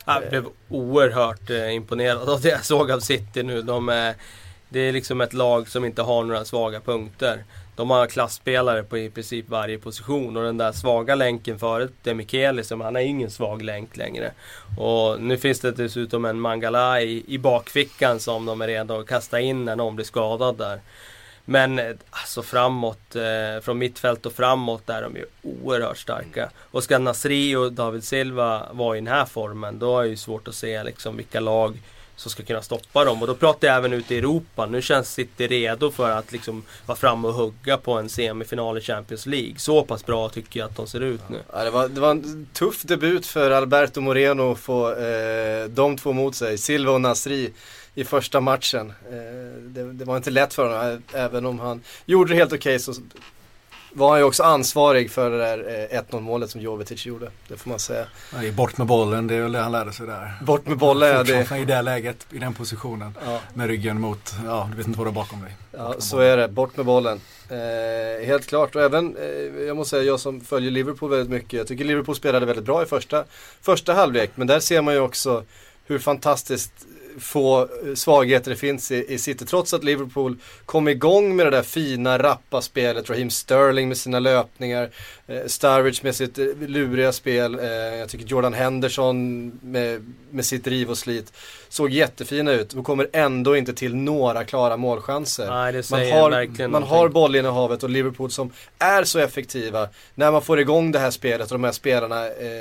Jag blev oerhört imponerad av det jag såg av City nu. Det är liksom ett lag som inte har några svaga punkter. De har klassspelare på i princip varje position. Och den där svaga länken förut, Demichelis, han är ingen svag länk längre. Och nu finns det dessutom en Mangala i bakfickan som de är redo att kasta in när någon blir skadad där. Men alltså framåt, från mittfält och framåt där de är oerhört starka. Och ska Nasri och David Silva vara i den här formen, då är det ju svårt att se liksom vilka lag som ska kunna stoppa dem. Och då pratar jag även ute i Europa. Nu känns City redo för att liksom vara fram och hugga på en semifinal i Champions League. Så pass bra tycker jag att de ser ut nu. Ja, det var en tuff debut för Alberto Moreno att få de två mot sig, Silva och Nasri, i första matchen. Det var inte lätt för honom, även om han gjorde det helt okej, så var han ju också ansvarig för det där 1-0 målet som Jovetic gjorde. Det får man säga. Nej, bort med bollen, det är väl det han lärde sig där. Bort med bollen, ja, i det läget, i den positionen. Ja. Med ryggen mot, du vet inte vad det är bakom dig. Ja, så är det. Bort med bollen. Helt klart. Och även, jag måste säga, jag som följer Liverpool väldigt mycket. Jag tycker Liverpool spelade väldigt bra i första halvlek. Men där ser man ju också hur fantastiskt få svagheter det finns i City. Trots att Liverpool kom igång med det där fina, rappa spelet. Raheem Sterling med sina löpningar. Sturridge med sitt luriga spel. Jag tycker Jordan Henderson med sitt riv och slit såg jättefina ut. Och kommer ändå inte till några klara målchanser. Nej, det säger verkligen man har bollinnehavet och Liverpool som är så effektiva. När man får igång det här spelet och de här spelarna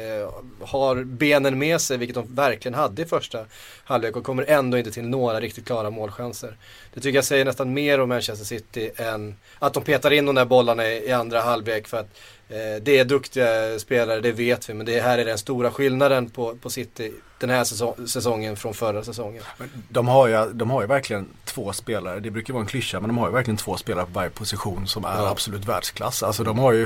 har benen med sig, vilket de verkligen hade i första halvlek, och kommer ändå inte till några riktigt klara målchanser. Det tycker jag säger nästan mer om Manchester City än att de petar in de där bollarna i andra halvlek, för att det är duktiga spelare, det vet vi, men det här är den stora skillnaden på City den här säsongen från förra säsongen. Men de har ju verkligen två spelare, det brukar vara en klyscha, men de har ju verkligen två spelare på varje position som är absolut världsklass. Alltså de har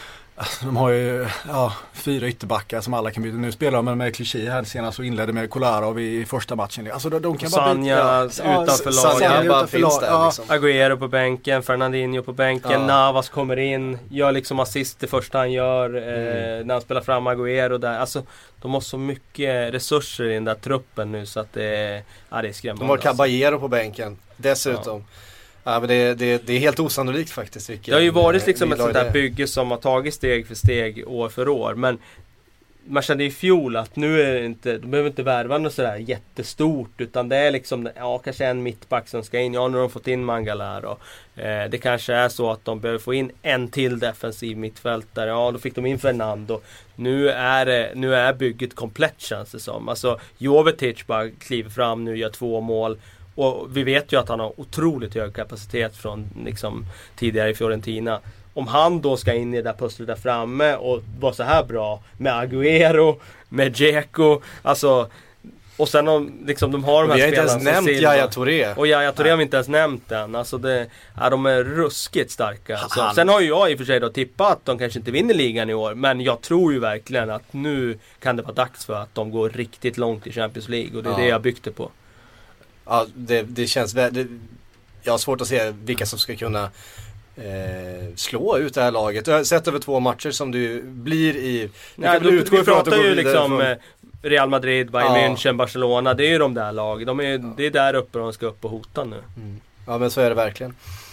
ju 4 ytterbackar som alla kan byta. Nu spelar de med Clichy här senast och inledde med Kolarov i första matchen. Alltså de kan Sanja utanför laget. Agüero på bänken, Fernandinho på bänken, Navas kommer in, gör liksom assist det första han gör när han spelar fram Agüero där. Alltså de har så mycket resurser i den där truppen nu så att det är skrämmande. De har Caballero på bänken dessutom. Ja, men det är helt osannolikt faktiskt. Det har ju varit liksom ett sånt där bygge som har tagit steg för steg, år för år. Men man kände i fjol att nu är det inte, de behöver inte värva något sådär jättestort, utan det är liksom, kanske en mittback som ska in. Ja, nu har de fått in Mangala då. Det kanske är så att de behöver få in en till defensiv mittfältare. Ja, då fick de in Fernando. Nu är bygget komplett, känns det som. Alltså, Jovetic bara kliver fram nu, gör 2 mål. Och vi vet ju att han har otroligt hög kapacitet från liksom, tidigare i Fiorentina. Om han då ska in i det där pusslet där framme och vara så här bra med Agüero, med Dzeko, alltså, och sen de har de här spelarna. Vi har inte ens nämnt Yaya Touré. Och Yaya Touré har vi inte ens nämnt än. Alltså de är ruskigt starka. Alltså, sen har ju jag i och för sig då tippat att de kanske inte vinner ligan i år. Men jag tror ju verkligen att nu kan det vara dags för att de går riktigt långt i Champions League. Och det är det jag byggde på. Ja, det känns jag har svårt att se vilka som ska kunna slå ut det här laget. Jag har sett över 2 matcher som du blir i. Vi pratar ju liksom Real Madrid, Bayern München, Barcelona. Det är ju de där lagen. Det är där uppe de ska upp och hota nu. Ja, men så är det verkligen.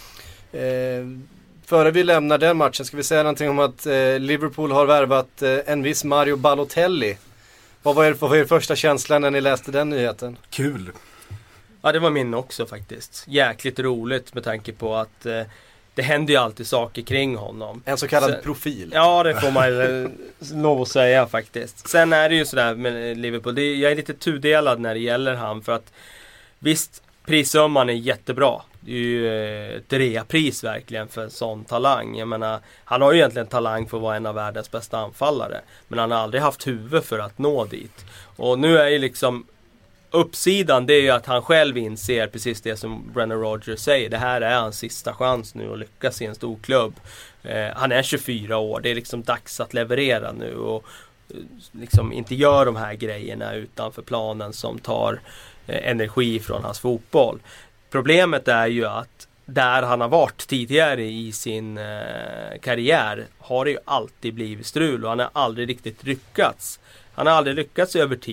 Före vi lämnar den matchen ska vi säga någonting om att Liverpool har värvat en viss Mario Balotelli. Vad var er första känsla när ni läste den nyheten? Kul. Ja, det var min också faktiskt. Jäkligt roligt med tanke på att det händer ju alltid saker kring honom. En så kallad profil. Ja, det får man lov att säga faktiskt. Sen är det ju sådär med Liverpool. Jag är lite tudelad när det gäller han. För att visst, prissumman är jättebra. Det är ju ett reapris verkligen för en sån talang. Jag menar, han har ju egentligen talang för att vara en av världens bästa anfallare. Men han har aldrig haft huvud för att nå dit. Och nu är ju liksom uppsidan, det är ju att han själv inser precis det som Brendan Rodgers säger. Det här är hans sista chans nu att lyckas i en stor klubb. Han är 24 år. Det är liksom dags att leverera nu och liksom inte gör de här grejerna utanför planen som tar energi från hans fotboll. Problemet är ju att där han har varit tidigare i sin karriär har det ju alltid blivit strul och han har aldrig riktigt lyckats. Han har aldrig lyckats över tid.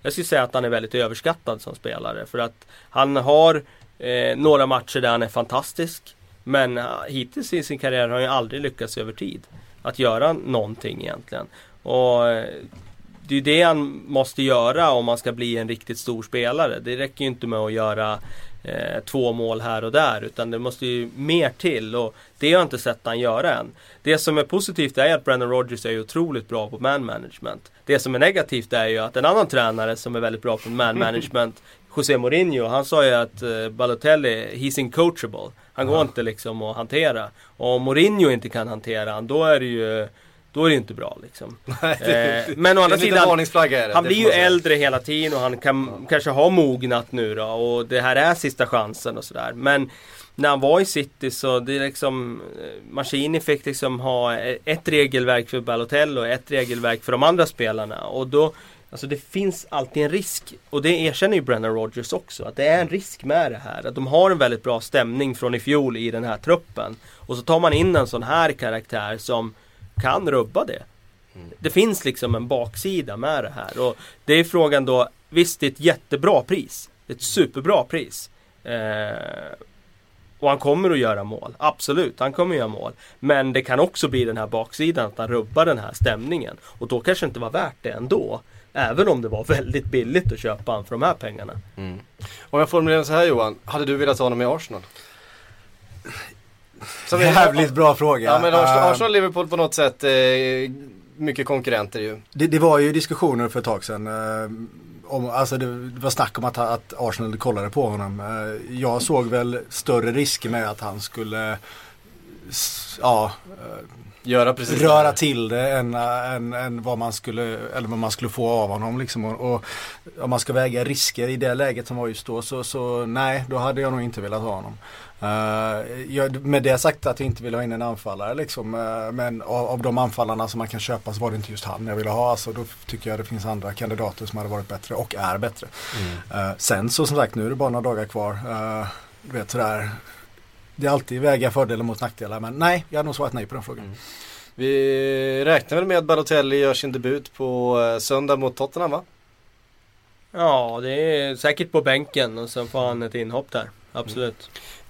Jag skulle säga att han är väldigt överskattad som spelare. För att han har några matcher där han är fantastisk. Men hittills i sin karriär har han ju aldrig lyckats över tid att göra någonting egentligen. Och det är ju det han måste göra om man ska bli en riktigt stor spelare. Det räcker ju inte med att göra 2 mål här och där, utan det måste ju mer till, och det har jag inte sett han göra än. Det som är positivt är att Brendan Rodgers är otroligt bra på man management. Det som är negativt är ju att en annan tränare som är väldigt bra på man management, José Mourinho, han sa ju att Balotelli, he's incoachable. Han går inte liksom att hantera. Och om Mourinho inte kan hantera han, då är det inte bra liksom. Men å andra sidan, han blir ju äldre hela tiden och han kanske ha mognat nu då, och det här är sista chansen och sådär. Men när han var i City så det är liksom, Mancini fick liksom ha ett regelverk för Balotelli och ett regelverk för de andra spelarna, och då, alltså det finns alltid en risk, och det erkänner ju Brendan Rodgers också, att det är en risk med det här, att de har en väldigt bra stämning från i fjol i den här truppen, och så tar man in en sån här karaktär som kan rubba det. Det finns liksom en baksida med det här, och det är frågan då, visst det är ett jättebra pris, det är ett superbra pris, och han kommer att göra mål, absolut, han kommer att göra mål, men det kan också bli den här baksidan att han rubbar den här stämningen, och då kanske inte var värt det ändå, även om det var väldigt billigt att köpa han för de här pengarna. Om jag formulerar så här, Johan, hade du velat ha honom i Arsenal? Jävligt bra fråga. Ja, men Arsenal och Liverpool på något sätt mycket konkurrenter ju. Det var ju diskussioner för ett tag sedan alltså det var snack om att Arsenal kollade på honom. Jag såg väl större risker med att han skulle göra precis röra till det än vad man skulle, eller vad man skulle få av honom liksom, och om man ska väga risker i det läget som var just då, så nej, då hade jag nog inte velat ha honom. Med det sagt att jag inte vill ha in en anfallare liksom, men av de anfallarna som man kan köpa så var det inte just han jag ville ha, alltså då tycker jag det finns andra kandidater som hade varit bättre och är bättre. Sen så som sagt, nu är det bara några dagar kvar, du vet sådär, det är alltid väga fördelar mot nackdelar, men nej, jag har nog svarat nej på den frågan. Vi räknar väl med att Balotelli gör sin debut på söndag mot Tottenham, va? Ja, det är säkert på bänken, och sen får han ett inhopp där, absolut.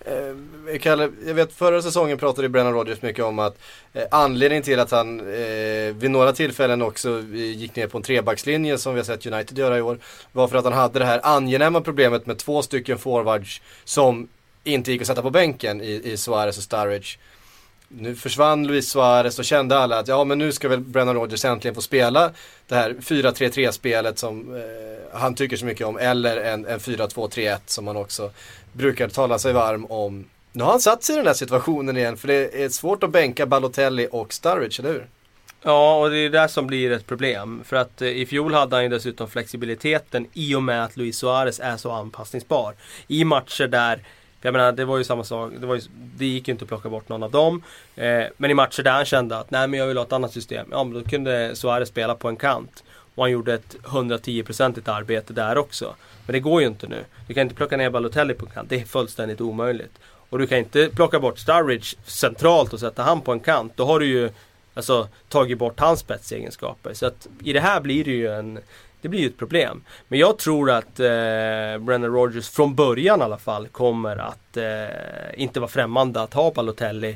Jag vet förra säsongen pratade Brendan Rodgers mycket om att anledningen till att han vid några tillfällen också gick ner på en trebackslinje som vi har sett United göra i år, var för att han hade det här angenäma problemet med 2 stycken forwards som inte gick att sätta på bänken i Suarez och Sturridge. Nu försvann Luis Suarez och kände alla att ja, men nu ska väl Brendan Rodgers äntligen få spela det här 4-3-3-spelet som han tycker så mycket om, eller en 4-2-3-1 som han också brukar tala sig varm om. Nu har han satt sig i den här situationen igen, för det är svårt att bänka Balotelli och Sturridge, eller hur? Ja, och det är det som blir ett problem. För att i fjol hade han ju dessutom flexibiliteten i och med att Luis Suarez är så anpassningsbar. I matcher där, jag menar, det var ju samma sak, det gick ju inte att plocka bort någon av dem. Men i matcher där han kände att nej, men jag vill ha ett annat system, ja, men då kunde Suarez spela på en kant. Och han gjorde ett 110% arbete där också. Men det går ju inte nu. Du kan inte plocka ner Balotelli på en kant, det är fullständigt omöjligt. Och du kan inte plocka bort Sturridge centralt och sätta han på en kant. Då har du ju alltså tagit bort hans spetsegenskaper. Så att i det här blir det ju det blir ju ett problem. Men jag tror att Brendan Rodgers från början i alla fall kommer att inte vara främmande att ha Balotelli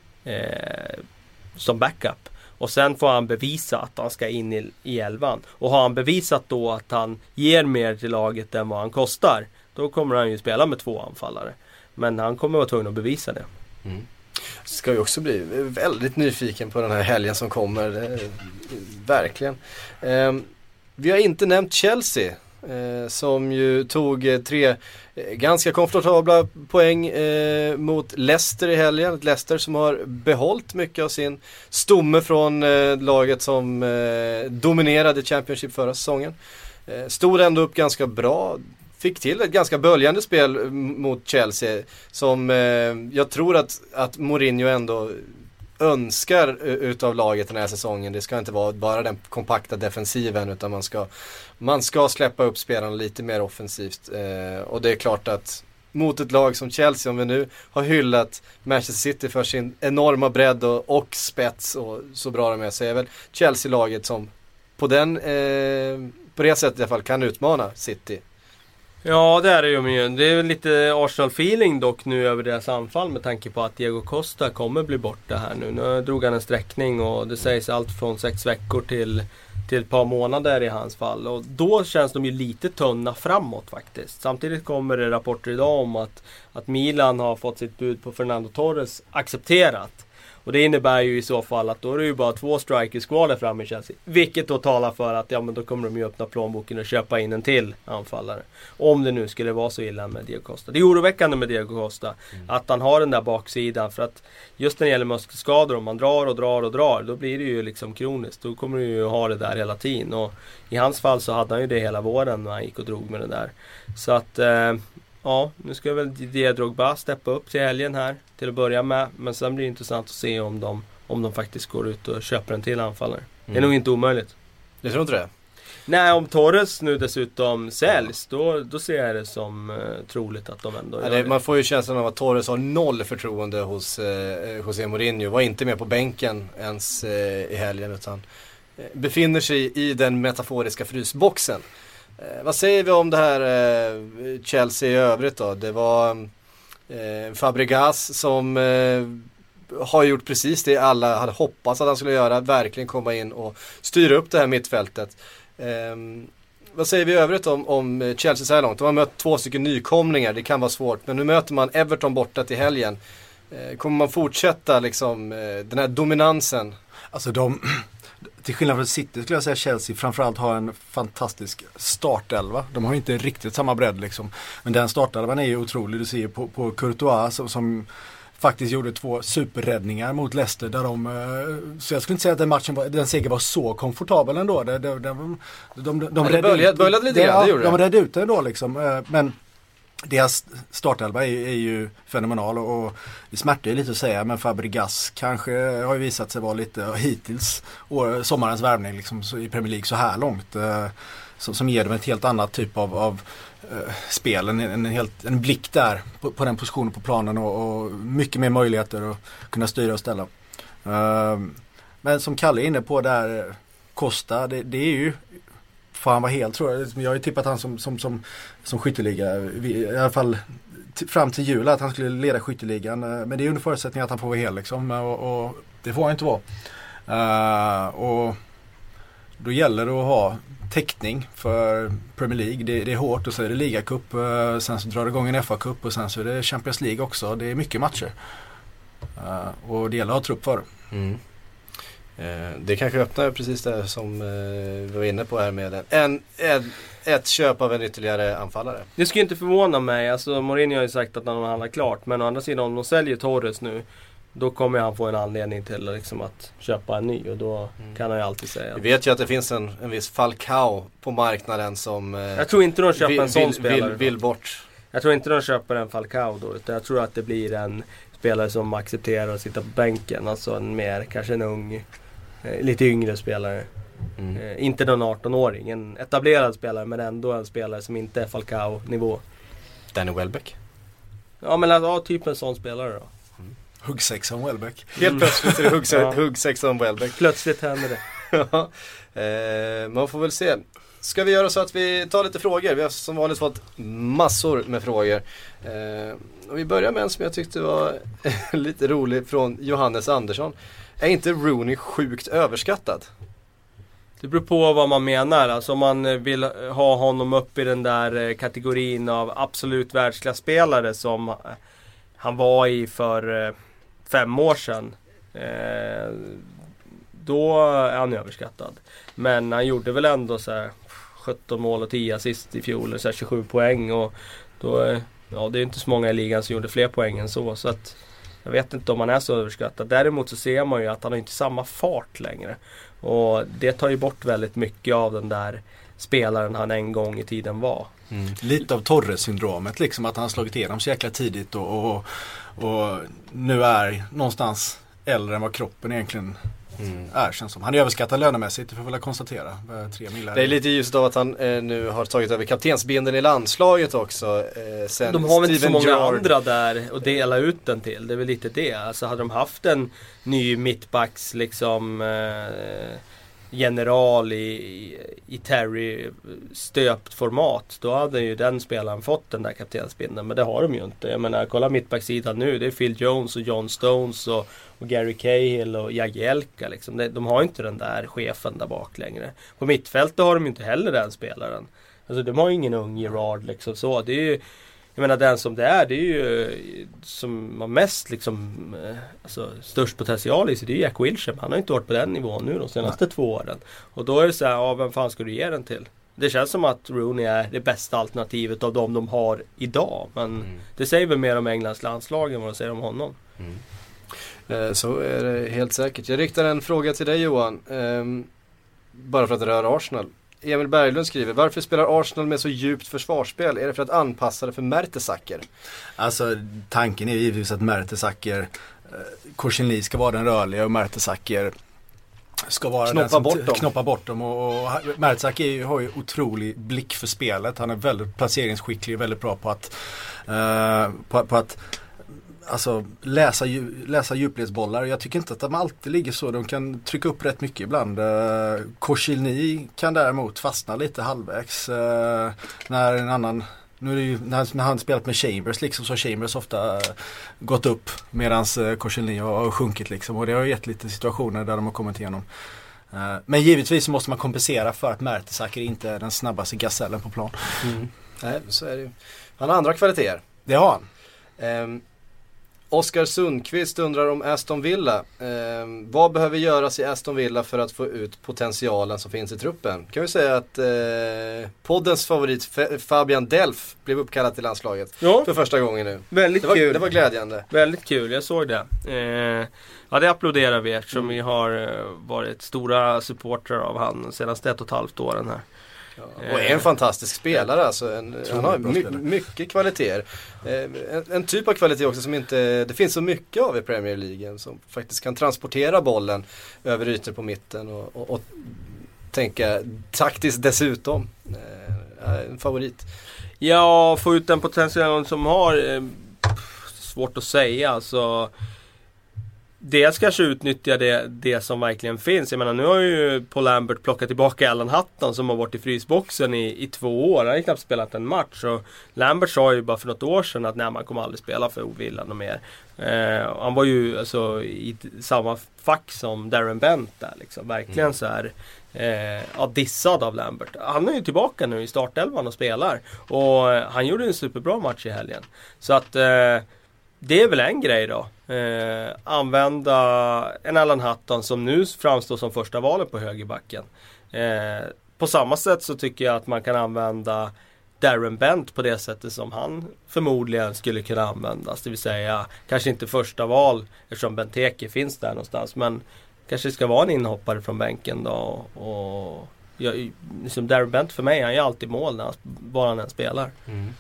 som backup. Och sen får han bevisa att han ska in i elvan. Och har han bevisat då att han ger mer till laget än vad han kostar, då kommer han ju spela med 2 anfallare. Men han kommer vara tvungen att bevisa det. Ska ju också bli väldigt nyfiken på den här helgen som kommer. Verkligen. Vi har inte nämnt Chelsea, som ju tog 3 ganska komfortabla poäng mot Leicester i helgen. Ett Leicester som har behållit mycket av sin stomme från laget som dominerade Championship förra säsongen. Stod ändå upp ganska bra. Fick till ett ganska böljande spel mot Chelsea som jag tror att Mourinho ändå önskar utav laget den här säsongen. Det ska inte vara bara den kompakta defensiven, utan man ska släppa upp spelarna lite mer offensivt. Och det är klart att mot ett lag som Chelsea, om vi nu har hyllat Manchester City för sin enorma bredd och spets och så bra de är, så är väl Chelsea-laget som på på det sättet i alla fall kan utmana City. Ja, det är det ju. Det är lite Arsenal-feeling dock nu över deras anfall med tanke på att Diego Costa kommer bli borta här nu. Nu drog han en sträckning och det sägs allt från 6 veckor till ett par månader i hans fall. Och då känns de ju lite tunna framåt faktiskt. Samtidigt kommer det rapporter idag om att Milan har fått sitt bud på Fernando Torres accepterat. Och det innebär ju i så fall att då är det ju bara 2 strikers kvar där framme i Chelsea. Vilket då talar för att men då kommer de ju öppna plånboken och köpa in en till anfallare. Om det nu skulle vara så illa med Diego Costa. Det är oroväckande med Diego Costa att han har den där baksidan. För att just när det gäller muskelskador, om man drar, då blir det ju liksom kroniskt. Då kommer du ju ha det där hela tiden. Och i hans fall så hade han ju det hela våren när han gick och drog med det där. Så att... Ja, nu ska väl Didier Drogba steppa upp till helgen här till att börja med. Men sen blir det intressant att se om de faktiskt går ut och köper en till anfallare. Det är nog inte omöjligt. Jag tror inte det. Nej, om Torres nu dessutom säljs, då ser jag det som troligt att de ändå gör det. Man får ju känslan av att Torres har 0 förtroende hos José Mourinho. Var inte med på bänken ens i helgen utan befinner sig i den metaforiska frysboxen. Vad säger vi om det här Chelsea i övrigt då? Det var Fabregas som har gjort precis det alla hade hoppats att han skulle göra. Verkligen komma in och styra upp det här mittfältet. Vad säger vi i övrigt om Chelsea så här långt? De har mött 2 stycken nykomlingar, det kan vara svårt. Men nu möter man Everton borta till helgen. Kommer man fortsätta liksom, den här dominansen? Alltså till skillnad från City skulle jag säga Chelsea framförallt har en fantastisk startelva. De har inte riktigt samma bredd liksom. Men den startelvan är ju otrolig. Du ser på Courtois som faktiskt gjorde 2 superräddningar mot Leicester där så jag skulle inte säga att den seger var så komfortabel ändå. De började lite grann, det gjorde de räddade ut det ändå liksom. Men deras startelva är ju fenomenal och det smärtar ju lite att säga, men Fabregas kanske har ju visat sig vara lite hittills sommarens värvning liksom, i Premier League så här långt som ger dem ett helt annat typ av spel, en blick där på den positionen på planen och mycket mer möjligheter att kunna styra och ställa. Men som Kalle är inne på där, Costa, det är ju han var helt, tror jag har ju tippat han som skytteliga i alla fall fram till jul att han skulle leda skytteligan, men det är under förutsättning att han får vara hel liksom, och det får han inte vara. Och då gäller det att ha täckning för Premier League. Det är hårt och så är det ligacup, sen så drar det igång en FA-cup och sen så är det Champions League också. Det är mycket matcher. Och det gäller att ha trupp för. Det kanske öppnar precis det som vi var inne på här med ett köp av en ytterligare anfallare. Det skulle inte förvåna mig. Alltså Mourinho har ju sagt att han handlar klart. Men å andra sidan, om de säljer Torres nu, då kommer han få en anledning till liksom att köpa en ny. Och då kan han ju alltid säga. Vi vet ju att det finns en viss Falcao på marknaden som jag tror inte de köper en sån spelare. Vill bort. Jag tror inte de köper en Falcao då. Utan jag tror att det blir en spelare som accepterar att sitta på bänken. Alltså kanske en ung, lite yngre spelare. Inte någon 18-åring. En etablerad spelare, men ändå en spelare som inte är Falcao-nivå. Danny Welbeck. Ja, men typ en sån spelare då. Huggsexa om Welbeck. Helt plötsligt är det huggsexa om Welbeck. Plötsligt händer det. Man får väl se. Ska vi göra så att vi tar lite frågor? Vi har som vanligt fått massor med frågor. Och vi börjar med en som jag tyckte var lite rolig från Johannes Andersson. Är inte Rooney sjukt överskattad? Det beror på vad man menar. Alltså om man vill ha honom upp i den där kategorin av absolut världsklasspelare som han var i för 5 år sedan. Då är han överskattad. Men han gjorde väl ändå så här 17 mål och 10 assist i fjol, så här 27 poäng. Och då, det är inte så många i ligan som gjorde fler poäng än så. Så att jag vet inte om han är så överskattad. Däremot så ser man ju att han har inte samma fart längre. Och det tar ju bort väldigt mycket av den där spelaren han en gång i tiden var. Lite av Torres-syndromet liksom, att han har slagit igenom så jäkla tidigt och nu är någonstans äldre än vad kroppen egentligen är, känns som. Han är överskattad lönemässigt, det får väl konstatera. 3 miljoner. Det är lite just av att han nu har tagit över kaptensbindeln i landslaget också. Sen de har väl inte så många Gerrard. andra där att dela ut den till. Det är väl lite det. Alltså hade de haft en ny mittbacks liksom general i Terry stöpt format, då hade ju den spelaren fått den där kaptensbindeln, men det har de ju inte. Jag menar, kolla mittbacksidan nu, det är Phil Jones och John Stones och Gary Cahill och Jagielka liksom. De har inte den där chefen där bak längre. På mittfältet har de ju inte heller den spelaren. Alltså de har ju ingen ung Gerard liksom så. Det är ju, jag menar, den som det är ju som har mest liksom, alltså, störst potential i sig, det är Jack Wilshere. Han har inte varit på den nivån nu de senaste 2 åren. Och då är det så här, vem fan ska du ge den till? Det känns som att Rooney är det bästa alternativet av dem de har idag. Men det säger väl mer om Englands landslag än vad de säger om honom. Så är det helt säkert. Jag riktar en fråga till dig, Johan. Bara för att det rör Arsenal. Emil Berglund skriver: varför spelar Arsenal med så djupt försvarsspel? Är det för att anpassa det för Mertesacker? Alltså tanken är givetvis att Mertesacker, Korselny ska vara den rörliga och Mertesacker ska vara den som knoppar bort dem. Och Mertesacker har ju otrolig blick för spelet. Han är väldigt placeringsskicklig, väldigt bra på att alltså läsa djupledsbollar. Jag tycker inte att de alltid ligger så. De kan trycka upp rätt mycket ibland. Korselny kan däremot fastna lite halvvägs. När en annan, nu är det ju, när han spelat med Chambers liksom, så har Chambers ofta gått upp medan Korselny har sjunkit liksom. Och det har gett lite situationer där de har kommit igenom. Men givetvis måste man kompensera för att Mertesacker inte är den snabbaste gasellen på plan. Nej, så är det ju. Han har andra kvaliteter. Det har han. Oskar Sundqvist undrar om Aston Villa. Vad behöver göras i Aston Villa för att få ut potentialen som finns i truppen? Kan vi säga att poddens favorit Fabian Delph blev uppkallad till landslaget för första gången nu. Väldigt kul. Det var glädjande. Väldigt kul, jag såg det. Ja, det applåderar vi eftersom vi har varit stora supportrar av han de senaste 1,5 åren här. Och är en fantastisk spelare alltså. Han har mycket kvaliteter. En typ av kvalitet också som inte det finns så mycket av i Premier League, som faktiskt kan transportera bollen över ytor på mitten och tänka taktiskt dessutom. En favorit. Ja, få ut den potentialen som har svårt att säga alltså. Dels kanske utnyttja det som verkligen finns. Jag menar, nu har ju Paul Lambert plockat tillbaka Alan Hutton som har varit i frysboxen i 2 år. Han har ju knappt spelat en match. Och Lambert sa ju bara för något år sedan att man kommer aldrig spela för Villa och mer. Han var ju alltså i samma fack som Darren Bent där liksom. Verkligen så här dissad av Lambert. Han är ju tillbaka nu i startelvan och spelar. Och han gjorde en superbra match i helgen. Så att det är väl en grej då. Använda en Alan Hutton som nu framstår som första valet på högerbacken. På samma sätt så tycker jag att man kan använda Darren Bent på det sättet som han förmodligen skulle kunna användas. Det vill säga kanske inte första val eftersom Benteke finns där någonstans, men kanske ska vara en inhoppare från bänken då. Och liksom Darren Bent för mig, han är alltid mål när han spelar.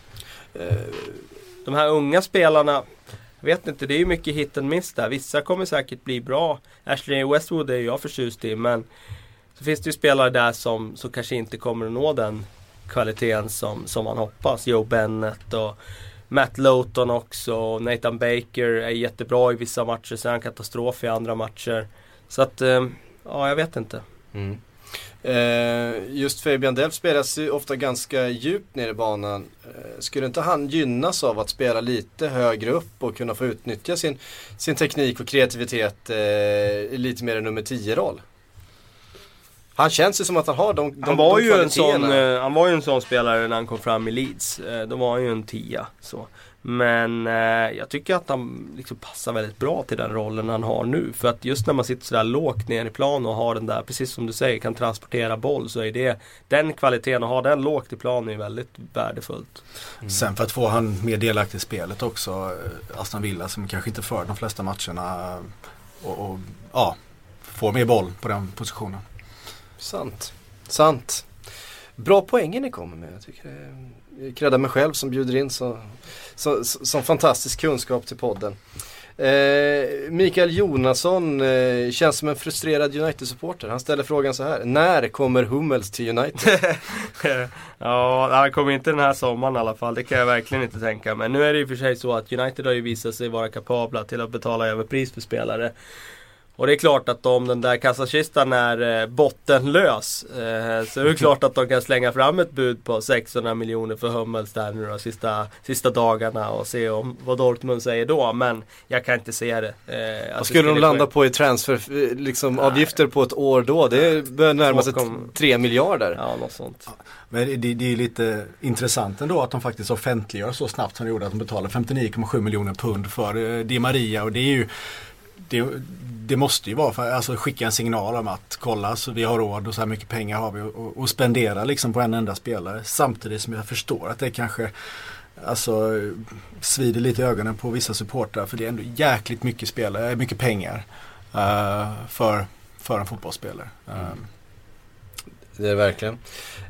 De här unga spelarna, jag vet inte, det är ju mycket hit and miss där. Vissa kommer säkert bli bra. Ashley Westwood är jag förtjust i, men så finns det ju spelare där som kanske inte kommer att nå den kvaliteten som man hoppas. Joe Bennett och Matt Lowton också. Nathan Baker är jättebra i vissa matcher, så är han katastrof i andra matcher. Så att, ja, jag vet inte. Just Fabian Delph spelas ju ofta ganska djupt ner i banan. Skulle inte han gynnas av att spela lite högre upp och kunna få utnyttja sin teknik och kreativitet lite mer än nummer 10-roll? Han känns ju som att han har de kvaliteterna. Han var ju en sån spelare när han kom fram i Leeds. Då var han ju en 10 så. Men jag tycker att han liksom passar väldigt bra till den rollen han har nu. För att just när man sitter sådär lågt ner i plan och har den där, precis som du säger, kan transportera boll, så är det den kvaliteten, och ha den lågt i plan är väldigt värdefullt. Sen för att få han mer delaktig i spelet också, Aston Villa som kanske inte för de flesta matcherna och få mer boll på den positionen. Sant. Bra poänger ni kommer med. Jag tycker jag kräddar mig själv som bjuder in som fantastisk kunskap till podden. Mikael Jonasson känns som en frustrerad United-supporter. Han ställer frågan så här: när kommer Hummels till United? Ja, han kommer inte den här sommaren i alla fall. Det kan jag verkligen inte tänka. Men nu är det ju för sig så att United har ju visat sig vara kapabla till att betala överpris för spelare. Och det är klart att om den där kassakistan är bottenlös så är det klart att de kan slänga fram ett bud på 600 miljoner för Hummels där nu de sista dagarna och se om vad Dortmund säger då. Men jag kan inte se det. Vad skulle de landa på i transfer liksom, avgifter på ett år då? Det börjar närma sig 3 miljarder. Ja, något sånt. Ja, men det är lite intressant ändå att de faktiskt offentliggör så snabbt som de gjorde, att de betalar 59,7 miljoner pund för Di Maria, och det är ju det måste ju vara för alltså skicka en signal om att kolla, så vi har råd och så här mycket pengar har vi och spendera liksom på en enda spelare, samtidigt som jag förstår att det kanske alltså svider lite i ögonen på vissa supportrar, för det är ändå jäkligt mycket spelare, mycket pengar för en fotbollsspelare. Det är verkligen.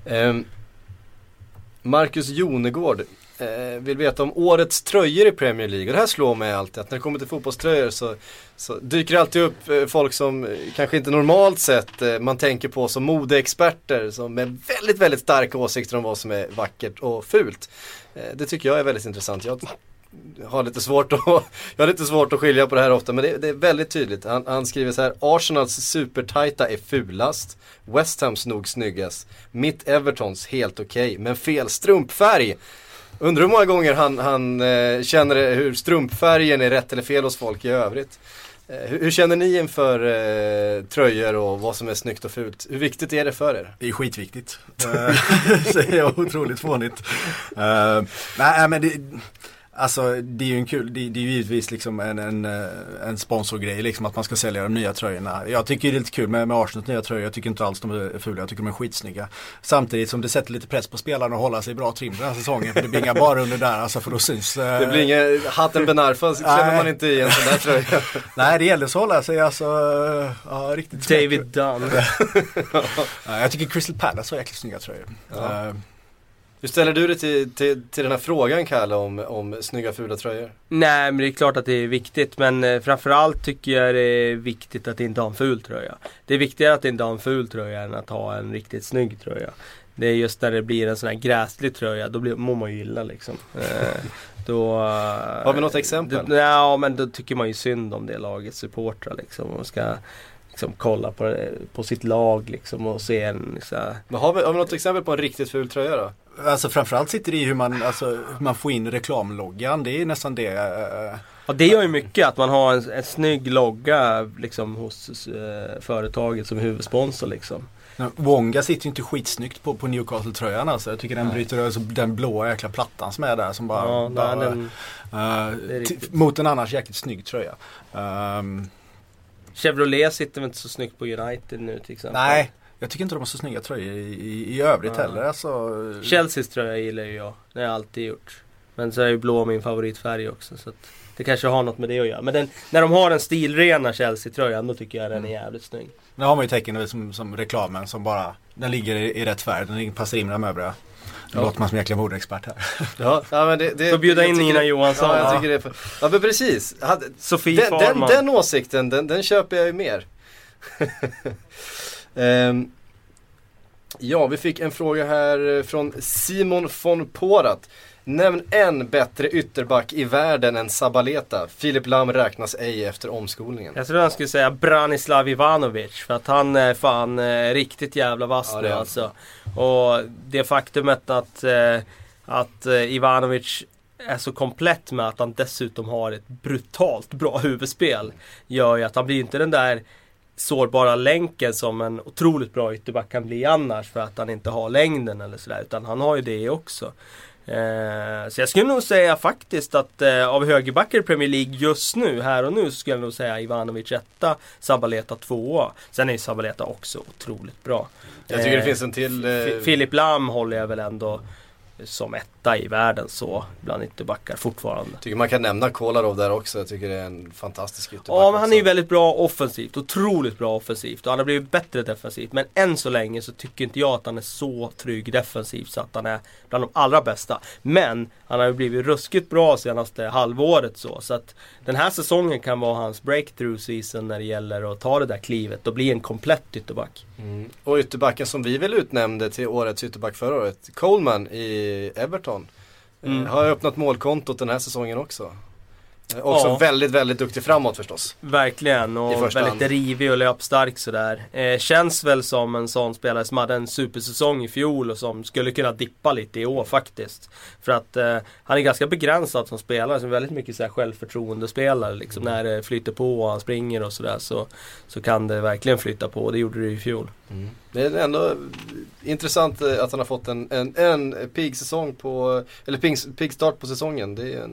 Marcus Jonegård vill veta om årets tröjor i Premier League. Och det här slår mig alltid, att när det kommer till fotbollströjor så dyker det alltid upp folk som kanske inte normalt sett man tänker på som modeexperter, som är väldigt, väldigt starka åsikter om vad som är vackert och fult. Det tycker jag är väldigt intressant. Jag har lite svårt att skilja på det här ofta, men det är väldigt tydligt. Han skriver så här: Arsenals supertajta är fulast, West Hams nog snyggast, mitt Evertons helt okej, men fel strumpfärg. Undrar hur många gånger han känner hur strumpfärgen är rätt eller fel hos folk i övrigt. Hur känner ni inför tröjor och vad som är snyggt och fult? Hur viktigt är det för er? Det är skitviktigt. Säger jag otroligt fånigt. Nej, men alltså det är ju en kul, det är ju givetvis liksom en sponsorgrej liksom, att man ska sälja de nya tröjorna. Jag tycker det är lite kul med Arsenals nya tröjor. Jag tycker inte alls de är fula, jag tycker de är skitsnygga. Samtidigt som det sätter lite press på spelarna att hålla sig bra trim den här säsongen, för det blir inga bara under där, alltså, för då syns det blir inga hatten Benarfa, så känner man inte i en sån där tröja. Nej, det gäller så hålla sig, alltså ja, riktigt David Dunn. Jag tycker Crystal Palace har jäkligt snygga tröjor. Hur ställer du dig till den här frågan, Kalle, om snygga fula tröjor? Nej, men det är klart att det är viktigt, men framförallt tycker jag det är viktigt att inte ha en ful tröja. Det är viktigare att inte ha en ful tröja än att ha en riktigt snygg tröja. Det är just när det blir en sån här gräslig tröja, då mår man ju illa liksom. Har vi något exempel? Ja, men då tycker man ju synd om det lagets supportrar liksom, och ska liksom kolla på sitt lag liksom, och se en liksom. Men har vi något exempel på en riktigt ful tröja då? Alltså framförallt sitter det i hur man får in reklamloggan. Det är nästan det. Ja, det gör ju mycket att man har en snygg logga liksom, hos företaget som huvudsponsor liksom. Wonga sitter ju inte skitsnyggt på Newcastle-tröjan, alltså. Jag tycker den bryter alltså, den blåa jäkla plattan som är där, som bara mot en annars jäkligt snygg tröja. Chevrolet sitter väl inte så snyggt på United nu till exempel. Nej, jag tycker inte de har så snygga tröjor i övrigt heller. Alltså. Chelseas tröja gillar ju jag, det har jag alltid gjort. Men så är ju blå min favoritfärg också, så att det kanske har något med det att göra. Men när de har en stilrena Chelsea-tröjan, då tycker jag den är jävligt snygg. Nu har man ju tecken som reklamen som bara, den ligger i rätt färg, den passar in med de övriga. Nu låter man som egentligen vårdexpert här. Ja, men det så bjuda in Nina Johansson. Ja, jag tycker det ja, men precis. Den åsikten, den köper jag ju mer. Ja, vi fick en fråga här från Simon von Porat. Nämn en bättre ytterback i världen än Zabaleta. Filip Lam räknas ej efter omskolningen. Jag tror han skulle säga Branislav Ivanovic, för att han är fan riktigt jävla vass nu alltså. Och det faktumet att Ivanovic är så komplett med att han dessutom har ett brutalt bra huvudspel gör ju att han blir inte den där sårbara länken som en otroligt bra ytterback kan bli annars, för att han inte har längden eller sådär, utan han har ju det också. Så jag skulle nog säga faktiskt att av högerbackar i Premier League just nu, här och nu, så skulle jag nog säga Ivanovic 1, Zabaleta 2. Sen är ju Zabaleta också otroligt bra. Jag tycker det finns en till Filip Lam håller jag väl ändå som 1 i världen så bland ytterbackar fortfarande. Jag tycker man kan nämna Kolarov där också. Jag tycker det är en fantastisk ytterback. Ja, men han är ju väldigt bra offensivt, otroligt bra offensivt, och han har blivit bättre defensivt, men än så länge så tycker inte jag att han är så trygg defensivt så att han är bland de allra bästa. Men han har ju blivit ruskigt bra senaste halvåret så att den här säsongen kan vara hans breakthrough season när det gäller att ta det där klivet och bli en komplett ytterback. Och ytterbacken som vi väl utnämnde till årets ytterback förra året, Coleman i Everton, har öppnat målkontot den här säsongen också. Också väldigt, väldigt duktig framåt förstås. Verkligen, och väldigt rivig och löpstark sådär. Känns väl som en sån spelare som hade en supersäsong i fjol och som skulle kunna dippa lite i år faktiskt. För att han är ganska begränsad som spelare, som väldigt mycket så här självförtroende-spelare liksom. När det flyter på och han springer och sådär så kan det verkligen flytta på, och det gjorde det i fjol. Det är ändå intressant att han har fått en pigg säsong pigg start på säsongen. Det är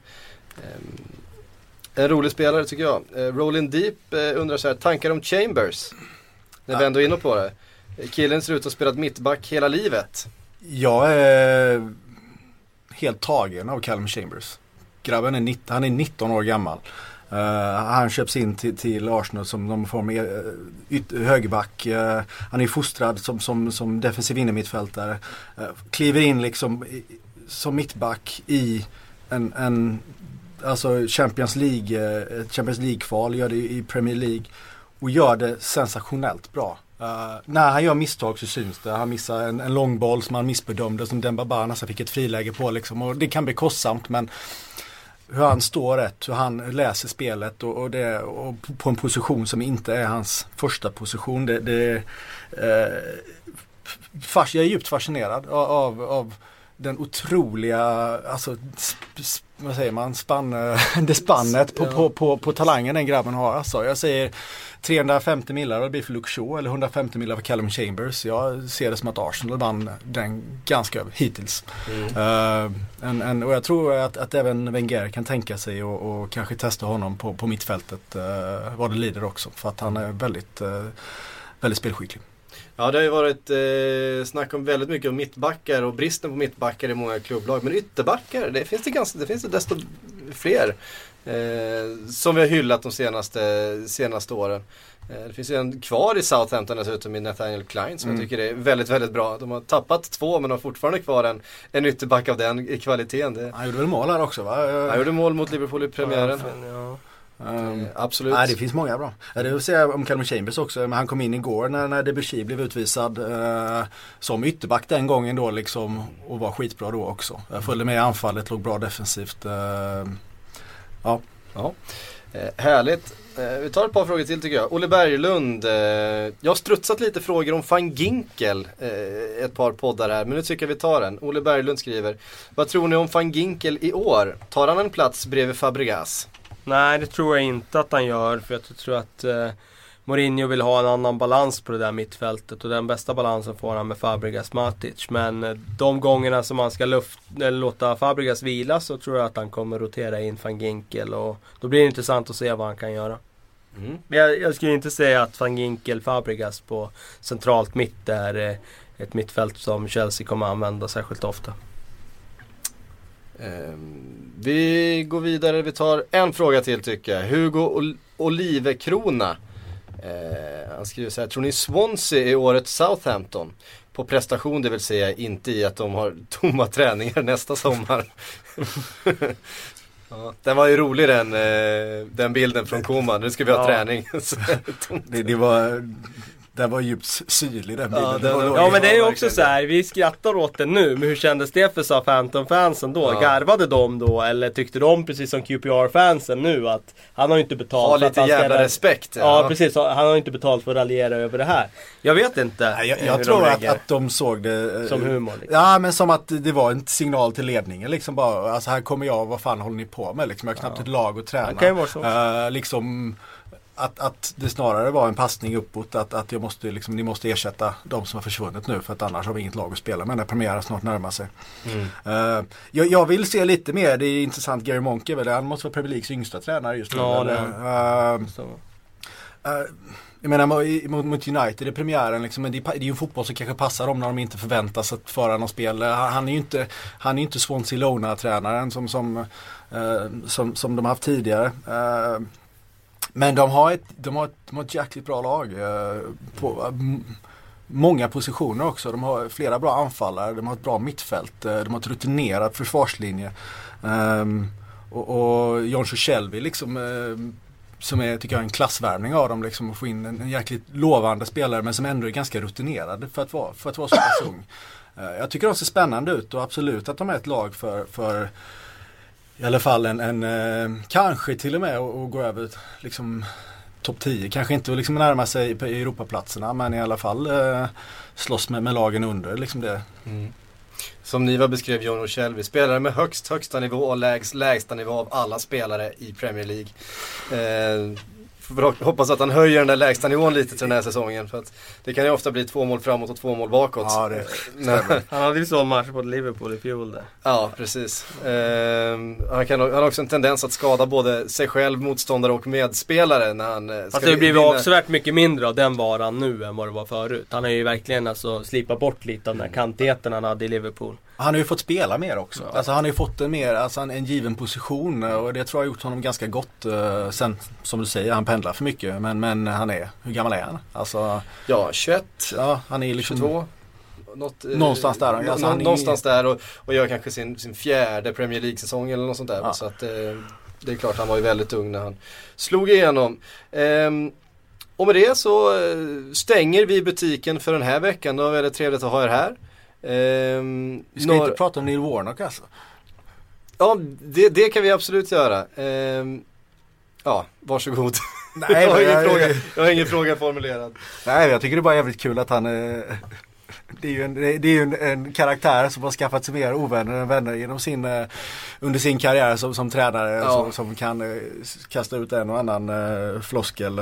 en rolig spelare tycker jag. Rolling Deep undrar så här, tankar om Chambers? När vi ändå är inne på det. Killen ser ut att ha spelat mittback hela livet. Jag är helt tagen av Callum Chambers. Grabben han är 19 år gammal. Han köps in till Arsenal som någon form av högerback. Han är fostrad som defensiv innermittfältare. Kliver in liksom som mittback i alltså Champions League-kval, gör det i Premier League och gör det sensationellt bra. När han gör misstag så syns det. Han missar en lång boll som han missbedömde, som Demba Ba nästan fick ett friläge på liksom. Och det kan bli kostsamt, men hur han står rätt, hur han läser spelet och på en position som inte är hans första position, jag är djupt fascinerad av den otroliga, alltså vad säger man, spannet på talangen den grabben har. Alltså, jag säger 350 millar det blir för Luke Shaw, eller 150 millar för Callum Chambers. Jag ser det som att Arsenal vann den ganska hittills. Och jag tror att även Wenger kan tänka sig och kanske testa honom på mittfältet vad det lider också, för att han är väldigt, väldigt spelskicklig. Ja, det har ju varit snack om väldigt mycket om mittbackar och bristen på mittbackar i många klubblag. Men ytterbackar, det finns det desto fler som vi har hyllat de senaste åren. Det finns ju en kvar i Southampton dessutom, i Nathaniel Klein, som jag tycker är väldigt, väldigt bra. De har tappat 2, men har fortfarande kvar en ytterback av den kvaliteten. Han gjorde väl mål här också, va? Han gjorde mål mot Liverpool i premiären. Absolut. Nej, det finns många bra. Det vill säga om Callum Chambers också, men han kom in igår när Debussy blev utvisad som ytterback den gången då liksom, och var skitbra då också. Jag följde med i anfallet, låg bra defensivt. Ja. Härligt. Vi tar ett par frågor till tycker jag. Olle Berglund, jag har strutsat lite frågor om Van Ginkel ett par poddar här, men nu tycker jag vi tar den. Olle Berglund skriver: vad tror ni om Van Ginkel i år? Tar han en plats bredvid Fabregas? Nej, det tror jag inte att han gör, för jag tror att Mourinho vill ha en annan balans på det där mittfältet, och den bästa balansen får han med Fabregas Matic. Men de gångerna som man ska låta Fabregas vila, så tror jag att han kommer rotera in Van Ginkel, och då blir det intressant att se vad han kan göra. Men jag skulle inte säga att Van Ginkel Fabregas på centralt mitt är ett mittfält som Chelsea kommer använda särskilt ofta. Vi går vidare, vi tar en fråga till tycker jag. Hugo Olivekrona, han skriver så här: tror ni Swansea är årets Southampton? På prestation, det vill säga inte i att de har tomma träningar nästa sommar. Ja, den var ju rolig den bilden från Koman. Nu ska vi ha träning. Det var djupt syrlig den bilden. Ja, men det är ju också så här, vi skrattar åt det nu, men hur kändes det för Southampton-fansen då? Ja. Garvade de då, eller tyckte de precis som QPR-fansen nu att han har ju inte betalt? Ha lite jävla respekt. Ja, precis. Han har inte betalt för att raljera över det här. Jag vet inte. Jag tror att de såg det som humor. Liksom. Ja, men som att det var en signal till ledningen. Liksom bara, alltså här kommer jag, vad fan håller ni på med? Liksom, jag har knappt ett lag att träna. Det kan ju vara så. Liksom... Att det snarare var en passning uppåt, att jag måste, liksom, ni måste ersätta de som har försvunnit nu, för att annars har vi inget lag att spela med när premiären snart närmar sig. Jag vill se lite mer, det är intressant, Gary Monk han måste vara Premier Leagues yngsta tränare just nu. Jag menar mot United i premiären liksom, men det är ju en fotboll som kanske passar dem när de inte förväntas att föra någon spel. Han är ju inte Swansea Lona-tränaren som de har haft tidigare. Men de har ett jäkligt bra lag på många positioner också. De har flera bra anfallare, de har ett bra mittfält, de har ett rutinerat försvarslinje. Och Jonjo Shelby liksom, som är, tycker jag, en klassvärvning av dem liksom, att få in en jäkligt lovande spelare, men som ändå är ganska rutinerad för att vara så pass ung. Jag tycker de ser spännande ut, och absolut att de är ett lag för i alla fall en kanske till och med att gå över liksom topp 10. Kanske inte liksom närma sig på Europaplatserna, men i alla fall slåss med lagen under liksom det. Som Niva beskrev John Rochelle, vi spelare med högsta nivå och lägsta nivå av alla spelare i Premier League. Hoppas att han höjer den där lägsta nivån lite till den här säsongen, för att det kan ju ofta bli 2 mål framåt och 2 mål bakåt. Ja, han hade ju så match på Liverpool i fjol där. Ja, precis. Han har också en tendens att skada både sig själv, motståndare och medspelare när han ska Alltså det blir avsevärt mycket mindre av den varan nu än vad det var förut. Han har ju verkligen alltså slipat bort lite av den här kantigheten han hade i Liverpool. Han har ju fått spela mer också. Ja. Alltså han har ju fått en given position, och det tror jag har gjort honom ganska gott. Sen, som du säger, han pendlar för mycket. Men hur gammal är han? Alltså, ja, 21. Ja, han är liksom 22. Någonstans där. Alltså, någonstans där och gör kanske sin fjärde Premier League-säsong eller något sånt där. Ja. Så att det är klart, han var ju väldigt ung när han slog igenom. Och med det så stänger vi butiken för den här veckan. Det var väldigt trevligt att ha er här. Vi ska inte prata om Neil Warnock alltså. Ja, det kan vi absolut göra. Ja, varsågod. Nej, jag har ingen fråga formulerad. Nej, jag tycker det är bara jävligt kul att han det är ju en karaktär som har skaffat sig mer ovänner än vänner genom under sin karriär som tränare, ja. som kan kasta ut en och annan floskel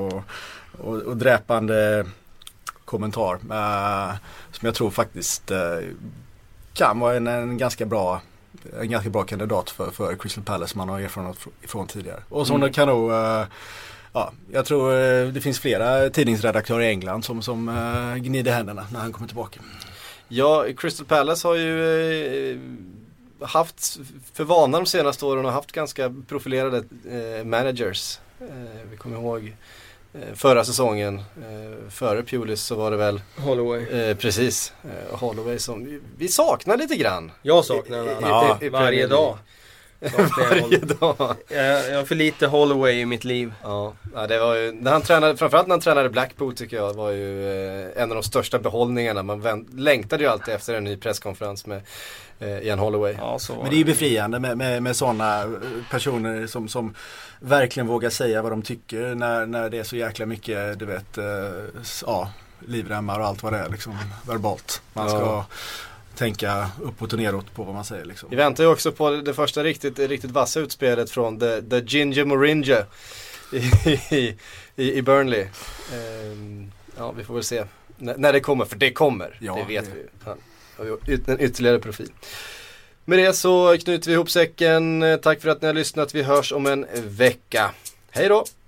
och dräpande kommentar som jag tror faktiskt kan vara en ganska bra kandidat för Crystal Palace som man har erfarenhet ifrån tidigare. Och som det kan nog jag tror det finns flera tidningsredaktörer i England som gnider händerna när han kommer tillbaka. Ja, Crystal Palace har ju haft för vana de senaste åren och haft ganska profilerade managers. Vi kommer ihåg förra säsongen, före Pulis så var det väl Holloway. Precis, Holloway som vi saknar lite grann. Jag saknar varje dag. Varje dag. Jag har för lite Holloway i mitt liv. Ja, det var ju när han tränade, framförallt när han tränade Blackpool tycker jag var ju en av de största behållningarna. Man längtade ju alltid efter en ny presskonferens med Ian Holloway. Ja, men det är ju befriande med sådana personer som verkligen vågar säga vad de tycker när det är så jäkla mycket, du vet, livremmar och allt vad det är liksom verbalt. Man ska tänka uppåt och neråt på vad man säger liksom. Vi väntar ju också på det första riktigt vassa utspelet från The Ginger Moringa i Burnley. Ja, vi får väl se när det kommer, för det kommer. Ja, det vet vi. Han har en ytterligare profil. Med det så knyter vi ihop säcken. Tack för att ni har lyssnat. Vi hörs om en vecka. Hej då!